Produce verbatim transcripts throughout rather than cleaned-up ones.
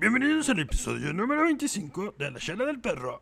Bienvenidos al episodio número veinticinco de La Chela del Perro.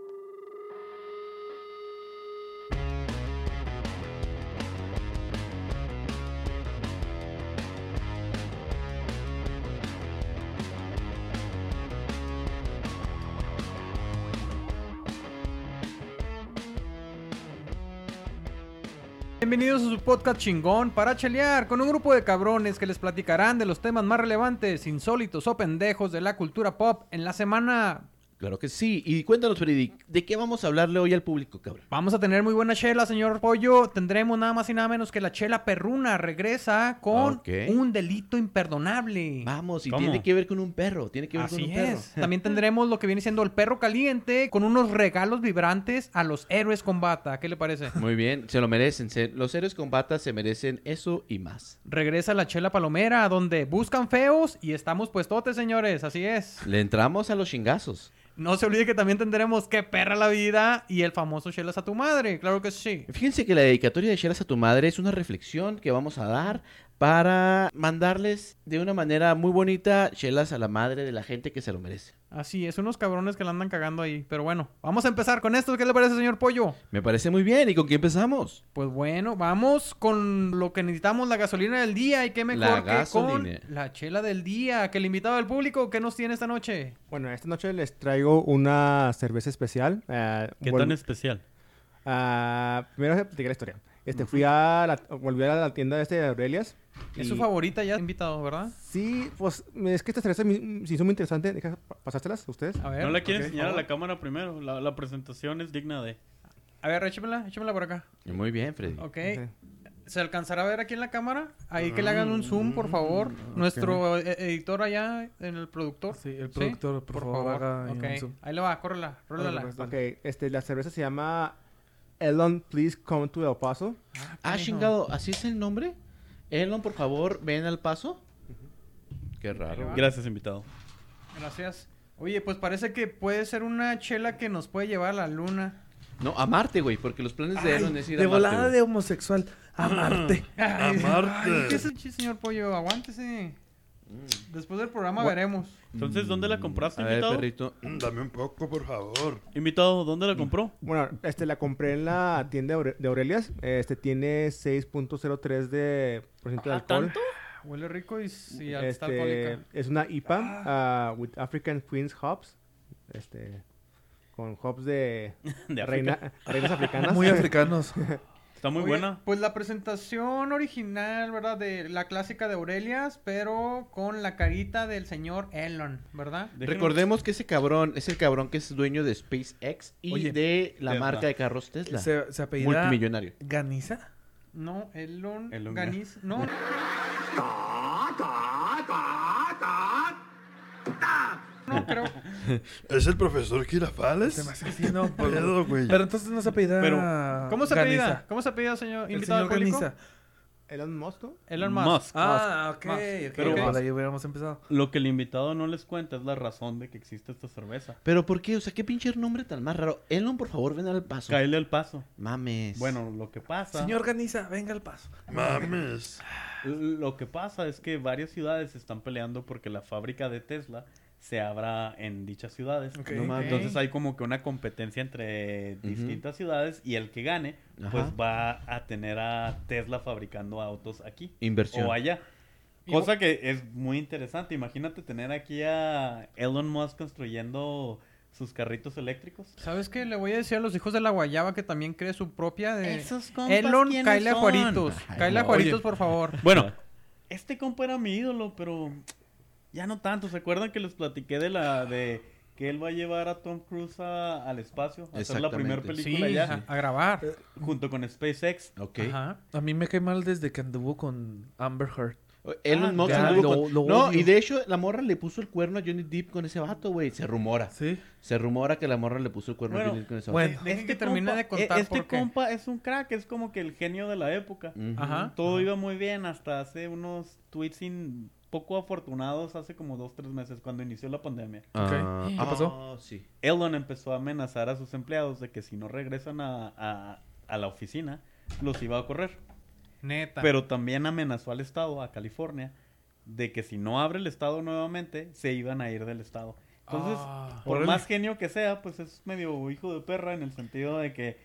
Bienvenidos a su podcast chingón para chelear con un grupo de cabrones que les platicarán de los temas más relevantes, insólitos o pendejos de la cultura pop en la semana. Claro que sí. Y cuéntanos, Freddy, ¿de qué vamos a hablarle hoy al público, cabrón? Vamos a tener muy buena chela, señor Pollo. Tendremos nada más y nada menos que la chela perruna. Regresa con Ok. un delito imperdonable. Vamos, y ¿Cómo? tiene que ver con un perro. Tiene que ver Así con un perro. es. También tendremos lo que viene siendo el perro caliente con unos regalos vibrantes a los héroes con bata. ¿Qué le parece? Muy bien, se lo merecen. Se- los héroes con bata se merecen eso y más. Regresa la chela palomera donde buscan feos y estamos puestotes, señores. Así es. Le entramos a los chingazos. No se olvide que también tendremos Qué perra la vida y el famoso chelas a tu madre. Claro que sí. Fíjense que la dedicatoria de Chelas a tu madre es una reflexión que vamos a dar para mandarles de una manera muy bonita chelas a la madre de la gente que se lo merece. Así es, unos cabrones que la andan cagando ahí. Pero bueno, vamos a empezar con esto. ¿Qué le parece, señor Pollo? Me parece muy bien. ¿Y con qué empezamos? Pues bueno, vamos con lo que necesitamos, la gasolina del día. Y qué mejor La que gasolina. con la chela del día. Que el invitado del público, ¿qué nos tiene esta noche? Bueno, esta noche les traigo una cerveza especial. eh, ¿Qué vol- tan especial? ah, primero voy a platicar la historia. Este, fui a la... Volví a la tienda este de Aurelias. Es y- su favorita ya, invitado, ¿verdad? Sí, pues es que esta cerveza me- se hizo muy interesante. Deja pa- pasárselas a ustedes. A ver. ¿No la quieren ok, enseñar a por la cámara primero? La, la presentación es digna de... A ver, échemela, échemela por acá. Muy bien, Freddy. Ok. Ok. ¿Se alcanzará a ver aquí en la cámara? Ahí que le hagan un zoom, por favor. Nuestro eh, editor allá, en el productor. Sí, el productor, por favor, haga ahí Ok. un zoom. Ahí le va, córrela, rólala. pues. Ok, este, la cerveza se llama Elon, Please Come to El Paso. Ah, chingado, ¿así es el nombre? Elon, por favor, ven al paso. Qué raro. Gracias, invitado. Gracias. Oye, pues parece que puede ser una chela que nos puede llevar a la luna. No, a Marte, güey, porque los planes de Elon es ir a De Marte, volada güey. de homosexual a Marte. Ay, Marte. ay, ¿qué es el chiste, señor Pollo? Aguántese. Después del programa veremos. Entonces, ¿dónde la compraste, A ver, invitado? perrito. Mm, Dame un poco, por favor. Invitado, ¿dónde la compró? Bueno, este, la compré en la tienda de Aure- de Aurelias. Este, tiene seis punto cero tres de por ciento de ¿Ah, alcohol. tanto? Huele rico y, sí, está Este, alcohólica. es una I P A ah, with African Queens hops. Este, con hops de, De África. reina- reinas africanas. Muy africanos. Está muy Oye, buena. Pues la presentación original, ¿verdad? De la clásica de Aurelias, pero con la carita del señor Elon, ¿verdad? Déjenme- Recordemos que ese cabrón es el cabrón que es dueño de SpaceX y Oye, de la Tesla. marca de carros Tesla. Se, se apellida Multimillonario. Ganiza. No, Elon, Elon Ganis. No, no creo. ¿Es el profesor Girafales? Se me hace así, no. ¿Qué pedo, güey? Pero entonces no se apellida Pero, ¿Cómo se Ganiza. apellida? ¿Cómo se apellida, señor El invitado señor al público? Ganiza. Elon Musk, ¿no? Elon Musk. Musk. Ah, ok, Musk. ok. Pero- Pero ahí hubiéramos empezado. Lo que el invitado no les cuenta es la razón de que existe esta cerveza. ¿Pero por qué? O sea, ¿qué pinche nombre tan más raro? Elon, por favor, ven al paso. Caile al paso. Mames. Bueno, lo que pasa... Señor Ganiza, venga al paso. Mames. Lo que pasa es que varias ciudades están peleando porque la fábrica de Tesla se abra en dichas ciudades. Ok. No mames. Entonces hay como que una competencia entre Ujú. distintas ciudades y el que gane Ajá. pues va a tener a Tesla fabricando autos aquí Inversión. o allá. Y- Cosa que es muy interesante. Imagínate tener aquí a Elon Musk construyendo sus carritos eléctricos. ¿Sabes qué? Le voy a decir a los hijos de la guayaba que también cree su propia de... Esos compas, Elon, ¿quiénes cáele a son? Juaritos. Ay, Cáele a no. Juaritos, Oye. por favor. Bueno, este compa era mi ídolo, pero ya no tanto. ¿Se acuerdan que les platiqué de la de que él va a llevar a Tom Cruise a- al espacio a hacer la primera Exactamente. Sí, película allá a, a grabar. junto con SpaceX? Ok. Ajá. A mí me cae mal desde que anduvo con Amber Heard. Elon Ah, Musk ya, anduvo lo- con- lo No, odio. y de hecho, la morra le puso el cuerno a Johnny Depp con ese vato, güey. Se rumora. Sí. Se rumora que la morra le puso el cuerno Bueno, a Johnny Depp con ese bueno. vato. Dejen que termine de contar e- Este por qué. compa es un crack, es como que el genio de la época. Ujú. Ajá. Todo iba muy bien hasta hace unos tweets sin poco afortunados hace como dos, tres meses cuando inició la pandemia. Ah, ¿Qué ah, pasó? sí. Elon empezó a amenazar a sus empleados de que si no regresan a, a, a la oficina, los iba a correr. Neta. Pero también amenazó al estado, a California, de que si no abre el estado nuevamente, se iban a ir del estado. Entonces, Ah, por órale. más genio que sea, pues es medio hijo de perra en el sentido de que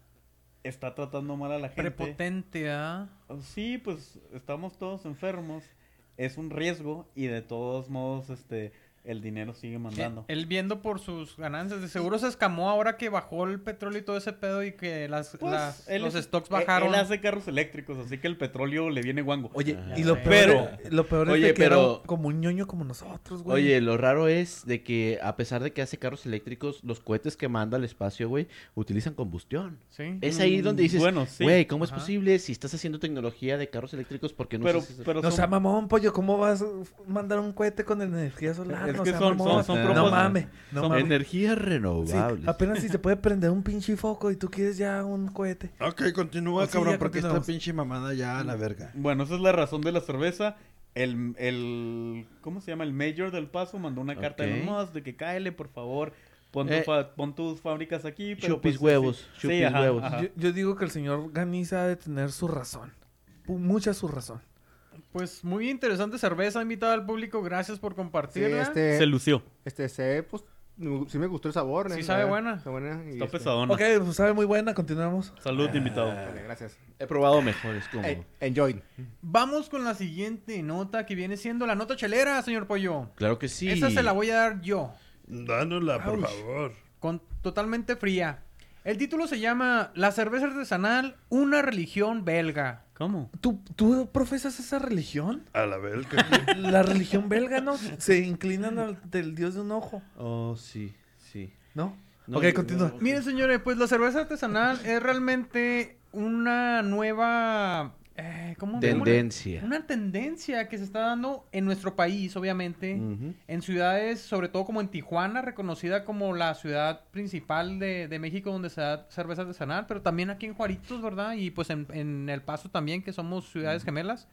está tratando mal a la gente. prepotente, ¿ah? Sí, pues estamos todos enfermos, es un riesgo y de todos modos, este, el dinero sigue mandando. Él viendo por sus ganancias, de seguro se escamó ahora que bajó el petróleo y todo ese pedo y que las, Pues, las- él los es- stocks él- bajaron. Él hace carros eléctricos, así que el petróleo le viene guango. Oye, Ajá. y lo peor, Pero- es- lo peor es Oye, de que pero- era como un ñoño como nosotros, güey. Oye, lo raro es de que a pesar de que hace carros eléctricos, los cohetes que manda al espacio, güey, utilizan combustión. Sí. Es ahí donde dices, Bueno, sí. güey, ¿cómo Ajá. es posible si estás haciendo tecnología de carros eléctricos? ¿Por qué no pero, usas esa- pero No son- sea mamón, pollo, ¿cómo vas a mandar un cohete con energía solar? Es no que sea son- mamón. son- son no propósitos. mames, no Son mames. Energías Sí, renovables. apenas si se puede prender un pinche foco y tú quieres ya un cohete. Ok, continúa, Oh, sí, cabrón, ya porque esta continuamos. pinche mamada ya a la verga. Bueno, esa es la razón de la cerveza. El, el ¿cómo se llama? El mayor del Paso mandó una carta Ok. de Musk de que cáele, por favor, pon, tu Eh, fa- pon tus fábricas aquí. pero chupis pues, huevos, sí. chupis Sí, ajá, huevos. ajá. Yo, yo digo que el señor Ganiza ha de tener su razón. Pu- Mucha su razón. Pues muy interesante cerveza, invitado al público, gracias por Sí, compartirla. este, Se lució. este, se, pues, me- sí me gustó el sabor. Sí eh, sabe la- buena. Está buena. y Está este- pesadona. Ok, pues sabe muy buena, continuamos. Salud, invitado. Vale, gracias. He probado mejores, como... Eh, enjoy. Vamos con la siguiente nota que viene siendo la nota chelera, señor Pollo. Claro que sí. Esa se la voy a dar yo, Dánosla, por Ouch. favor. con totalmente fría. El título se llama La cerveza artesanal, una religión belga. ¿Cómo? ¿Tú, ¿Tú profesas esa religión? A la verga. La religión belga, ¿no? Se inclinan al del dios de un ojo, Oh, sí, sí. ¿no? No, ok, yo- continúa. Miren, señores, pues la cerveza artesanal es realmente una nueva... eh, ¿cómo? Tendencia. Una tendencia que se está dando en nuestro país, obviamente. Ujú. En ciudades, sobre todo como en Tijuana, reconocida como la ciudad principal de, de México donde se da cerveza artesanal, pero también aquí en Juaritos, ¿verdad? Y pues en, en El Paso también, que somos ciudades gemelas.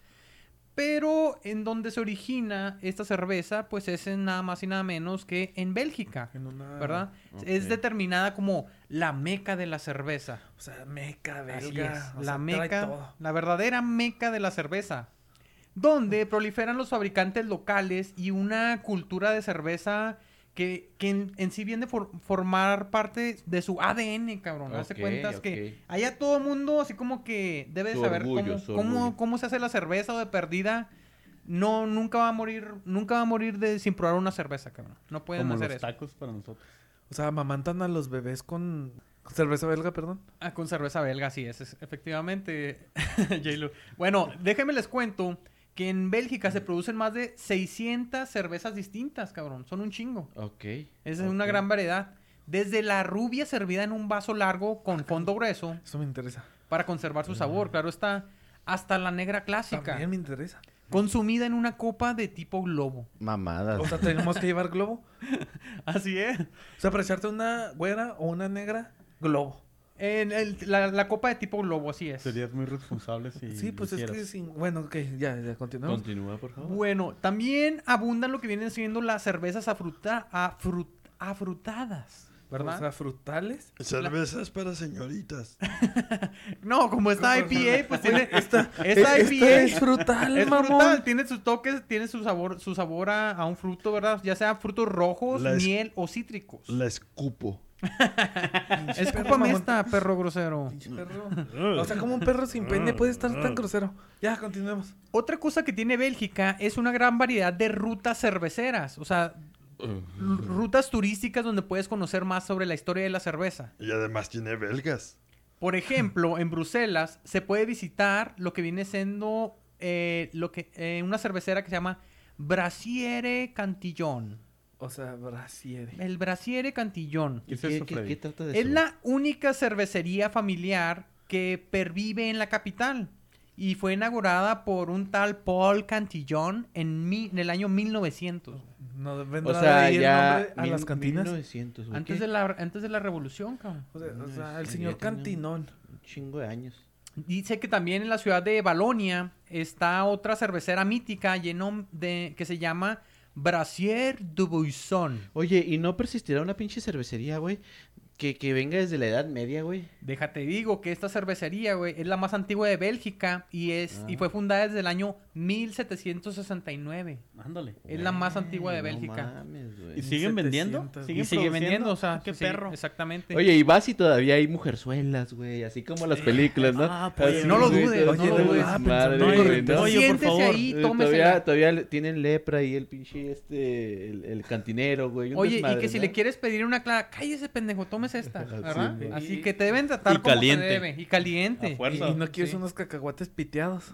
Pero en donde se origina esta cerveza, pues es en nada más y nada menos que en Bélgica, En una- ¿verdad? ok. Es determinada como la meca de la cerveza. O sea, meca, Así belga. es, o la sea, trae meca, todo. la verdadera meca de la cerveza, donde proliferan los fabricantes locales y una cultura de cerveza que, que en, en sí viene for- formar parte de su A D N, cabrón. Hazte Ok, cuentas ok. que allá todo el mundo así como que debe de Su saber orgullo, cómo, su cómo, orgullo. cómo se hace la cerveza o de perdida. No, nunca va a morir, nunca va a morir de sin probar una cerveza, cabrón. No pueden Como hacer los eso. tacos para nosotros. O sea, amamantan a los bebés con cerveza belga, perdón. Ah, con cerveza belga, sí, es, es- efectivamente, J-Lo. Bueno, déjenme les cuento que en Bélgica se producen más de seiscientas cervezas distintas, cabrón. Son un chingo. Ok. Es una ok. gran variedad. Desde la rubia servida en un vaso largo con fondo grueso Eso me interesa. para conservar su sabor, claro está, hasta la negra clásica, También me interesa. consumida en una copa de tipo globo. Mamadas. O sea, tenemos que llevar globo. Así es. O sea, para echarte una güera o una negra, globo. En el- la, la copa de tipo globo, así es. Serías muy responsable si Sí, pues es hicieras. que sin... Bueno, ok, ya, ya, continuamos. Continúa, por favor. Bueno, también abundan lo que vienen siendo las cervezas afruta, afrut- afrutadas, ¿verdad? O sea, frutales. Cervezas para señoritas. No, como esta I P A, pues tiene esta, Eh, esta I P A esta es frutal, es mamón. frutal, tiene sus toques, tiene su sabor, su sabor a, a un fruto, ¿verdad? Ya sean frutos rojos, La es- miel o cítricos. La escupo. Escúpame mamón. esta, perro grosero. Pinche perro. O sea, como un perro sin pene puede estar tan grosero. Ya, continuemos. Otra cosa que tiene Bélgica es una gran variedad de rutas cerveceras, o sea, r- rutas turísticas donde puedes conocer más sobre la historia de la cerveza. Y además tiene belgas. Por ejemplo, en Bruselas se puede visitar lo que viene siendo eh, lo que eh, una cervecera que se llama Brasiere Cantillon. O sea, brasiere. El Brasiere Cantillon. ¿Qué es ¿Qué, eso, qué- Freddy? qué trata de Es eso? la única cervecería familiar que pervive en la capital y fue inaugurada por un tal Paul Cantillon en, mi- en el año mil novecientos. ¿No O vendrá sea, de ahí el ya... nombre a mil- las cantinas? mil novecientos, güey. Antes ¿Qué? de, la, antes de la revolución, cabrón. O sea, o No, sea, el sí, señor ya tiene un- Cantinón. Un chingo de años. Dice que también en la ciudad de Balonia está otra cervecera mítica lleno de, que se llama Brasier du Buisson. Oye, ¿y no persistirá una pinche cervecería, güey? Que, que venga desde la Edad Media, güey. Déjate digo que esta cervecería, güey, es la más antigua de Bélgica y es y fue fundada desde el año mil setecientos sesenta y nueve. Ándale. Es la más antigua de No Bélgica. mames, güey. ¿Y siguen vendiendo? setecientos. Y sigue produciendo? vendiendo, o sea, qué sí, perro. Exactamente. Oye, y vas y todavía hay mujerzuelas, güey. Así como las películas, ¿no? Ah, pues, Así, no lo güey, dudes, todo no lleno lo de dudes. desmadre, Ah, güey, pensando- ¿no? Oye, por Siéntese favor. ahí, Eh, tómesela. Todavía, todavía le- tienen lepra ahí el pinche este, el, el cantinero, güey. un Oye, y desmadre, que si ¿no? le quieres pedir una clara, cállese pendejo, tomes esta, ¿verdad? güey. Así que te deben tratar Y como caliente. se debe. Y caliente. A fuerza. ¿Y no quieres Sí. unos cacahuates piteados?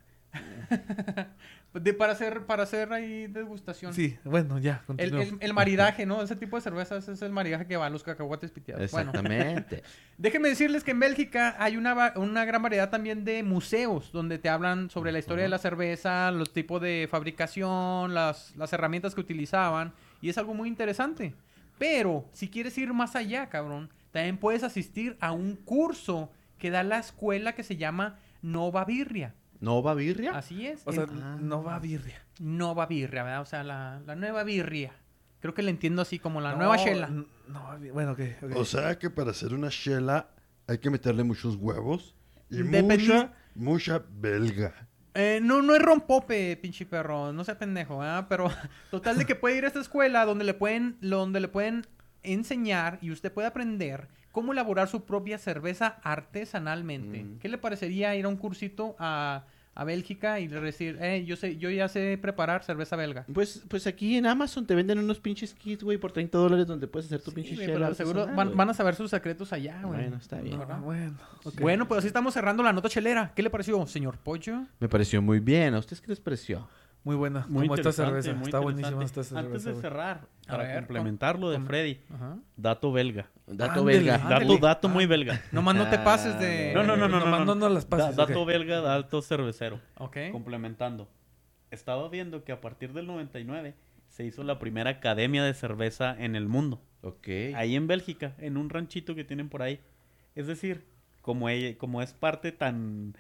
De, para hacer, para hacer ahí degustación. Sí, bueno, ya, El, continúa. el, el maridaje, ¿no? Ese tipo de cervezas es el maridaje que va a los cacahuates piteados. Bueno, Exactamente. déjenme decirles que en Bélgica hay una, va- una gran variedad también de museos donde te hablan sobre la historia de la cerveza, los tipos de fabricación, las, las herramientas que utilizaban. Y es algo muy interesante. Pero, si quieres ir más allá, cabrón, también puedes asistir a un curso que da la escuela que se llama Nova Birria. ¿Nova Birria? Así es. O sea, en- no va a birria. Nova Birria, ¿verdad? O sea, la, la nueva birria. Creo que la entiendo así como la nueva No, chela. n- No, va a bir- bueno, ok, ok. O sea que para hacer una chela hay que meterle muchos huevos y Dependi- mucha, mucha belga. Eh, no, no es rompope, pinche perro. No sea pendejo, ¿verdad? Pero total de que puede ir a esta escuela donde le pueden, donde le pueden enseñar y usted puede aprender cómo elaborar su propia cerveza artesanalmente. Mm. ¿Qué le parecería ir a un cursito a, a Bélgica y decir, eh, yo sé, yo ya sé preparar cerveza belga? Pues, pues aquí en Amazon te venden unos pinches kits, güey, por treinta dólares donde puedes hacer tu Sí, pinche güey, chela. pero seguro artesanal, van, güey. van a saber sus secretos allá, güey. Bueno, está bien. No, bueno, ok. Bueno, pues así estamos cerrando la nota chelera. ¿Qué le pareció, señor Pollo? Me pareció muy bien. ¿A ustedes qué les pareció? Muy buena, Muy como esta interesante, cerveza. muy Está buenísima interesante. esta cerveza. Antes de güey. cerrar, A para ver, complementar lo de com- Freddy, Ajá. dato belga. Dato Ándele. belga. Ándele. Dato, dato muy belga. Nomás no te pases de... No, no, no, no, no, Nomás no. no nos las Da- pases. dato ok. belga, dato cervecero. Ok. Complementando. Estaba viendo que a partir del noventa y nueve se hizo la primera academia de cerveza en el mundo. Ok. Ahí en Bélgica, en un ranchito que tienen por ahí. Es decir, como, ella, como es parte tan...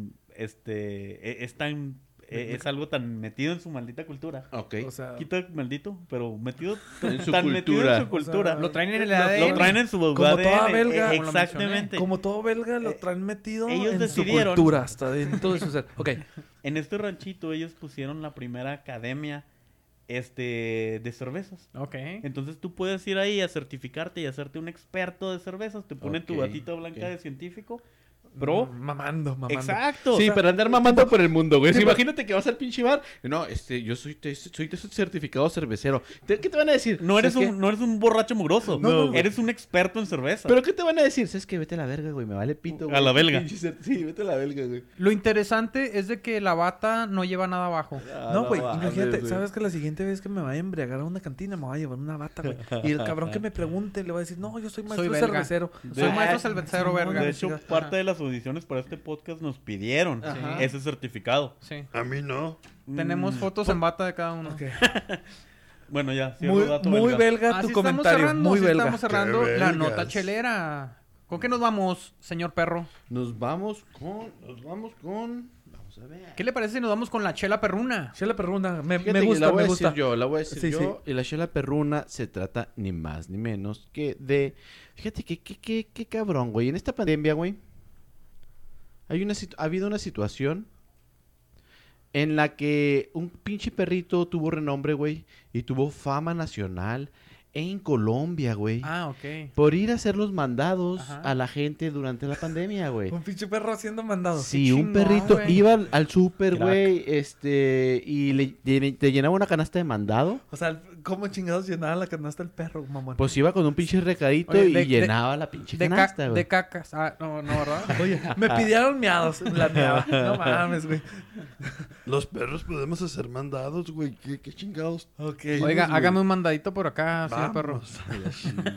Este... e- Es tan... e- Es algo tan metido en su maldita cultura. Ok. O sea, Quita maldito, pero metido En su tan metido cultura. en su cultura. O sea, Lo traen en el Lo- A D N. Lo traen en su Como A D N, toda belga, eh, como lo exactamente. como todo belga, lo Eh, traen metido ellos en decidieron- su cultura, hasta dentro de su ser. Ok. En este ranchito ellos pusieron la primera academia este de cervezas. Ok. Entonces tú puedes ir ahí a certificarte y hacerte un experto de cervezas. Te ponen tu Ok, batita blanca ok. de científico. Bro. Mm, Mamando, mamando. Exacto. Sí, o sea, para andar mamando por el mundo, güey. Sí, Sí, pero- imagínate que vas al pinche bar. No, este, yo soy, te- soy te- certificado cervecero. ¿Te- ¿Qué te van a decir? no eres ¿Sabes un qué? no eres un borracho mugroso. No, no, no. Eres un experto en cerveza. ¿Pero qué te van a decir? ¿Sabes qué? Vete a la verga, güey. Me vale pito, güey. A la belga. Pinche cer- Sí, vete a la belga, güey. Lo interesante es de que la bata no lleva nada abajo. No, güey, mames, imagínate, güey. sabes que la siguiente vez que me vaya a embriagar a una cantina me voy a llevar una bata, güey. Y el cabrón que me pregunte le va a decir, no, yo soy maestro belga. cervecero. Soy De- maestro cervecero, Simón, verga. de hecho, Ajá. parte de las audiciones para este podcast nos pidieron Ajá. ese certificado. Sí. A mí no. Tenemos Mm, fotos en bata de cada uno. Ok. Bueno, ya, cierro Muy, dato muy belga. belga Así tu estamos comentario, cerrando, muy así belga. estamos cerrando Qué la belgas. nota chelera. ¿Con qué nos vamos, señor perro? Nos vamos con... Nos vamos con... Vamos a ver. ¿Qué le parece si nos vamos con la chela perruna? Chela perruna, me, Fíjate me que gusta, la voy me a gusta. decir yo, la voy a decir Sí, yo. Y la chela perruna se trata ni más ni menos que de... Fíjate que qué que, que cabrón, güey. En esta pandemia, güey, hay una situ- ha habido una situación en la que un pinche perrito tuvo renombre, güey, y tuvo fama nacional en Colombia, güey. Ah, ok. Por ir a hacer los mandados Ajá. a la gente durante la pandemia, güey. Un pinche perro haciendo mandado. Sí, Qué un chingón, perrito güey. iba al, al súper, Crack. güey, este, y le, te, te llenaba una canasta de mandado. O sea, ¿cómo chingados llenaba la canasta el perro, mamón? Pues iba con un pinche recadito Oye, y de- de- llenaba la pinche De, ca- canasta, güey. de cacas. Ah, no, no, ¿verdad? Oye, me pidieron miados, la miaba. No mames, güey. Los perros podemos hacer mandados, güey. ¿Qué, qué chingados? Ok. Oiga, güey. hágame un mandadito por acá, señor perro. Vamos.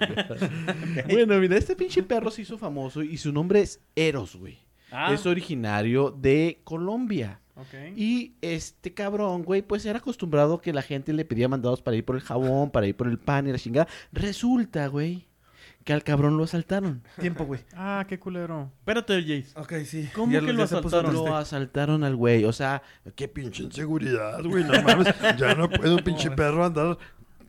Bueno, mira, este pinche perro se hizo famoso y su nombre es Eros, güey. Ah, Es originario de Colombia. Ok. Y este cabrón, güey, pues era acostumbrado que la gente le pedía mandados para ir por el jabón, para ir por el pan y la chingada. Resulta, güey, que al cabrón lo asaltaron. Tiempo, güey. Ah, qué culero. espérate, Jace. Ok, sí. ¿Cómo Ya que lo- lo ya se puso asaltaron? triste. Lo asaltaron al güey, o sea, Qué pinche inseguridad, güey. No mames. Ya no puede un pinche perro andar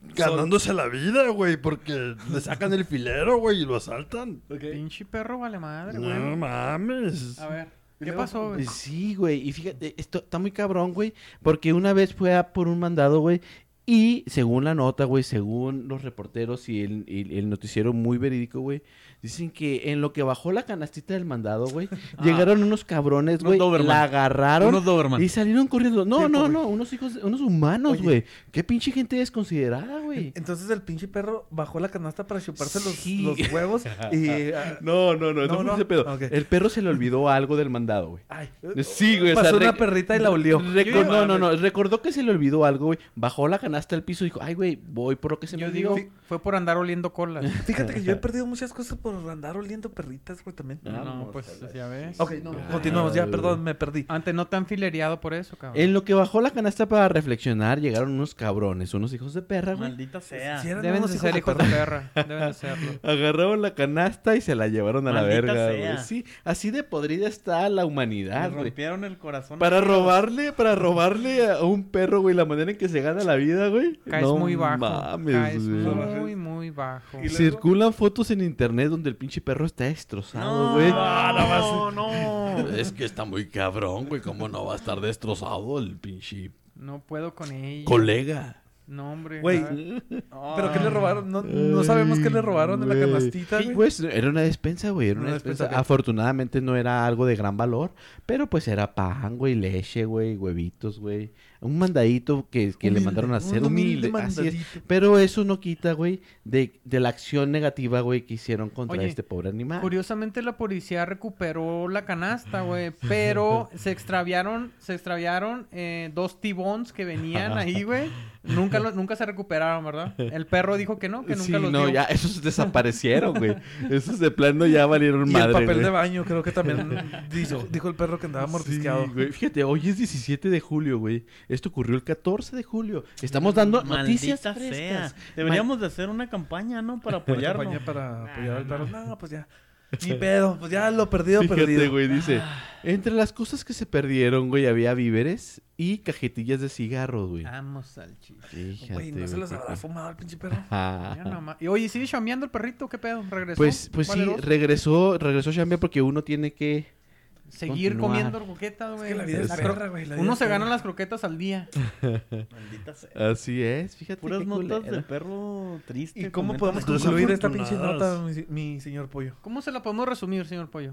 ganándose la vida, güey, porque le sacan el filero, güey, y lo asaltan. Ok. Pinche perro vale madre, No güey. mames. A ver, Y ¿qué luego, pasó, güey? Sí, güey. Y fíjate, esto está muy cabrón, güey. Porque una vez fue a por un mandado, güey. Y según la nota, güey, según los reporteros y el, y el noticiero muy verídico, güey, dicen que en lo que bajó la canastita del mandado, güey, Ah. llegaron unos cabrones, Unos güey, Doberman. la agarraron Unos Doberman. y salieron corriendo. No, Tiempo, no, güey. no, unos hijos, unos humanos, Oye. güey. Qué pinche gente desconsiderada, güey. Entonces el pinche perro bajó la canasta para chuparse los, Sí. los huevos y... ah, No, no, no, No, no, fue no. ese pedo. Ok. El perro se le olvidó algo del mandado, güey. ay, Sí, güey. o sea, pasó una rec- perrita y la olió. Reco- no, no, no. Recordó que se le olvidó algo, güey. Bajó la canasta al piso y dijo, ay, güey, voy por lo que se me Yo olvidó. digo, fue por andar oliendo colas. Fíjate que yo he perdido muchas cosas por andar oliendo perritas, güey, también. No, pues ya ves. Ok, no, continuamos. Ya, perdón, me perdí. Antes no te han filereado por eso, cabrón. En lo que bajó la canasta para reflexionar, llegaron unos cabrones, unos hijos de perra, güey. Maldita sea. Sí, eran Deben unos de ser hijos de perra. Deben de serlo. Agarraron la canasta y se la llevaron a la Maldita verga, sea. güey. Sí, así de podrida está la Me humanidad, güey. rompieron el corazón. Para amigos. robarle, para robarle a un perro, güey, la manera en que se gana la vida, güey. Caes No muy bajo. mames, Caes güey. muy, muy bajo. Y luego- Circulan fotos en internet donde el pinche perro está destrozado, No, güey. no, no. Es que está muy cabrón, güey. ¿Cómo no va a estar destrozado el pinche No puedo con ella. colega? No, hombre. Güey, ah. ¿pero qué le robaron? No, no sabemos qué le robaron en la Güey. canastita, güey. Pues era una despensa, güey. Era una, Una despensa. despensa, ok. Afortunadamente no era algo de gran valor. Pero pues era pan, güey, leche, güey, huevitos, güey. Un mandadito que, que le Humilde, mandaron a hacer un humilde humilde. Así es. mandadito. Pero eso no quita, güey, de, de la acción negativa, güey, que hicieron contra Oye, este pobre animal. Curiosamente la policía recuperó la canasta, güey, pero se extraviaron, se extraviaron eh, dos tibones que venían ahí, güey. Nunca lo- nunca se recuperaron, ¿verdad? El perro dijo que no, que nunca Sí, los no, vio. ya, esos desaparecieron, güey. Esos de plano ya valieron Y madre, el papel güey. de baño, creo que también dijo, dijo el perro que andaba mordisqueado. Sí, güey. Fíjate, hoy es diecisiete de julio, güey. Esto ocurrió el catorce de julio. Estamos dando noticias Maldita frescas. sea. Deberíamos de hacer una campaña, ¿no? Para Una apoyarlo. campaña para apoyar al perro. No, pues ya. Ni pedo, pues ya lo perdido, Fíjate, perdido. güey, dice, entre las cosas que se perdieron, güey, había víveres y cajetillas de cigarros, güey. Vamos al chiste. Fíjate, Güey, ¿no se güey, los qué habrá cosa. fumado el pinche perro? Ajá. Ya nomás. Y oye, ¿sigue chambeando el perrito? ¿Qué pedo? ¿Regresó? Pues, pues sí, Valeroso. regresó, regresó Chambia porque uno tiene que... Seguir continuar. comiendo croquetas, güey. que la vida es La cro- perra, güey, la vida Uno es se perra. gana las croquetas al día. Maldita sea. Así es, fíjate. Puras qué notas culero. de perro triste. ¿Y cómo comenta podemos la- concluir esta pinche Desafortunadas. nota, mi, mi señor pollo? ¿Cómo se la podemos resumir, señor Pollo?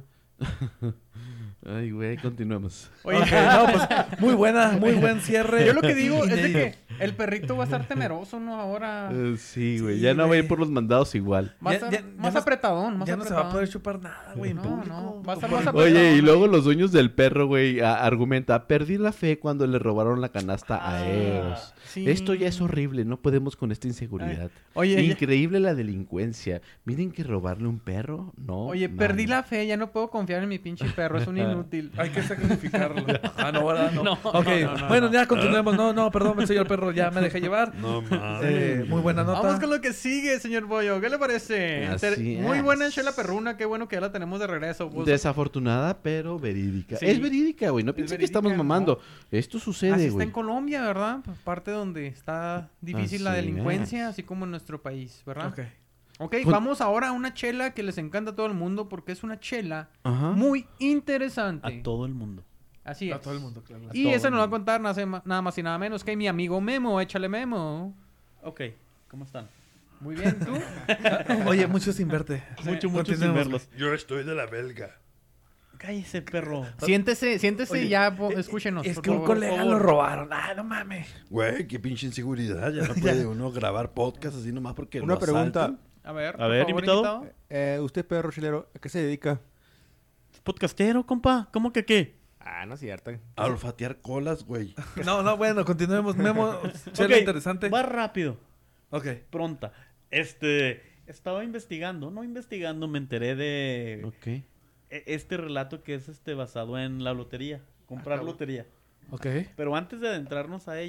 Ay, güey, continuemos. Oye, Ok, no, pues muy buena, muy buen cierre. yo lo que digo es de Inédito. que el perrito va a estar temeroso, ¿no? Ahora Eh, sí, güey, Sí, ya no va a ir güey. por los mandados igual. va a Ya- estar ya- ya más no- apretadón, más Ya no se apretadón. va a poder chupar nada, güey, en No, público. no, va a estar Por- más apretado. Oye, y ahí. luego los dueños del perro, güey, a- argumenta, perdí la fe cuando le robaron la canasta a Eros. Sí. Esto ya es horrible, no podemos con esta inseguridad. Oye, ya- Increíble la delincuencia. Miren que robarle un perro, no. Oye, mano. perdí la fe, ya no puedo confiar en mi pinche perro, es un inútil. Hay que sacrificarlo. Ah, no, ¿verdad? No. No, ok, no, no, bueno, no. ya continuemos. No, no, perdón, señor perro, ya me dejé llevar. No mames. Eh, muy buena nota. Vamos con lo que sigue, señor Pollo. ¿Qué le parece? Así Ter- Muy es. buena Chela Perruna, qué bueno que ya la tenemos de regreso. Pues, Desafortunada, pero verídica. Sí. Es verídica, güey. No Es piensen que estamos verídica, mamando. Esto así sucede, está güey. en Colombia, ¿verdad? Pues, parte donde está difícil la Así delincuencia, es. así como en nuestro país, ¿verdad? Ok. Ok, Con- vamos ahora a una chela que les encanta a todo el mundo porque es una chela Ajá. muy interesante. A todo el mundo. Así es. A todo el mundo, claro. Y todo esa el nos va a mundo. contar nada más- nada más y nada menos que mi amigo Memo. Échale Memo. Ok, ¿cómo están? Muy bien, ¿tú? Oye, mucho sin verte. Mucho, mucho sin continuemos. verlos. Yo estoy de la belga. Cállese, perro. Siéntese, siéntese Oye, y ya po- escúchenos. Es por que un favor. colega favor. lo robaron. Ah, no mames. Güey, qué pinche inseguridad. Ya no puede uno grabar podcast así nomás porque Una lo pregunta. asaltan. A ver, A por ver, favor, invitado. Eh, usted, perro chilero, ¿a qué se dedica? Podcastero, compa. ¿Cómo que qué? Ah, no es cierto. A olfatear colas, güey. No, no, bueno, continuemos. Memo, chela Ok, interesante. Va rápido. Ok. Pronta. Este, estaba investigando, no investigando, me enteré de Ok. e- este relato que es este basado en la lotería, comprar cabrón. lotería. Ok. Pero antes de adentrarnos a ello,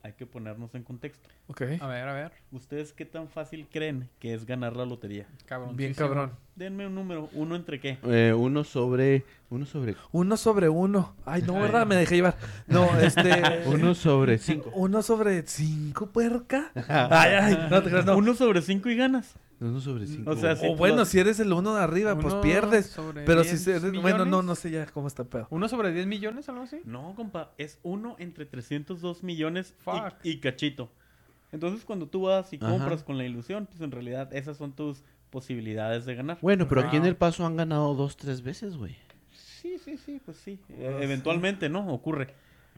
hay que ponernos en contexto. Ok. A ver, a ver. ¿Ustedes qué tan fácil creen que es ganar la lotería? Cabrón. Bien cabrón. Denme un número. ¿Uno entre qué? Eh, uno sobre... Uno sobre... Uno sobre uno. Ay, no, ¿verdad? Me dejé llevar. No, este... Uno sobre cinco. Uno sobre cinco, puerca. Ay, ay, no te creas, no. Uno sobre cinco y ganas. Uno sobre cinco. O sea, sí. O bueno, si eres el uno de arriba, pues Uno pierdes. sobre Pero si diez eres... Bueno, no, millones. no sé ya cómo está el pedo. ¿Uno sobre diez millones, algo así? No, compa. Es uno entre trescientos dos millones Fuck. y, y cachito. Entonces, cuando tú vas y Ajá. compras con la ilusión, pues en realidad esas son tus posibilidades de ganar. Bueno, pero Ah. aquí en El Paso han ganado dos, tres veces, güey. Sí, sí, sí, pues sí. Eh, eventualmente, ¿no? Ocurre.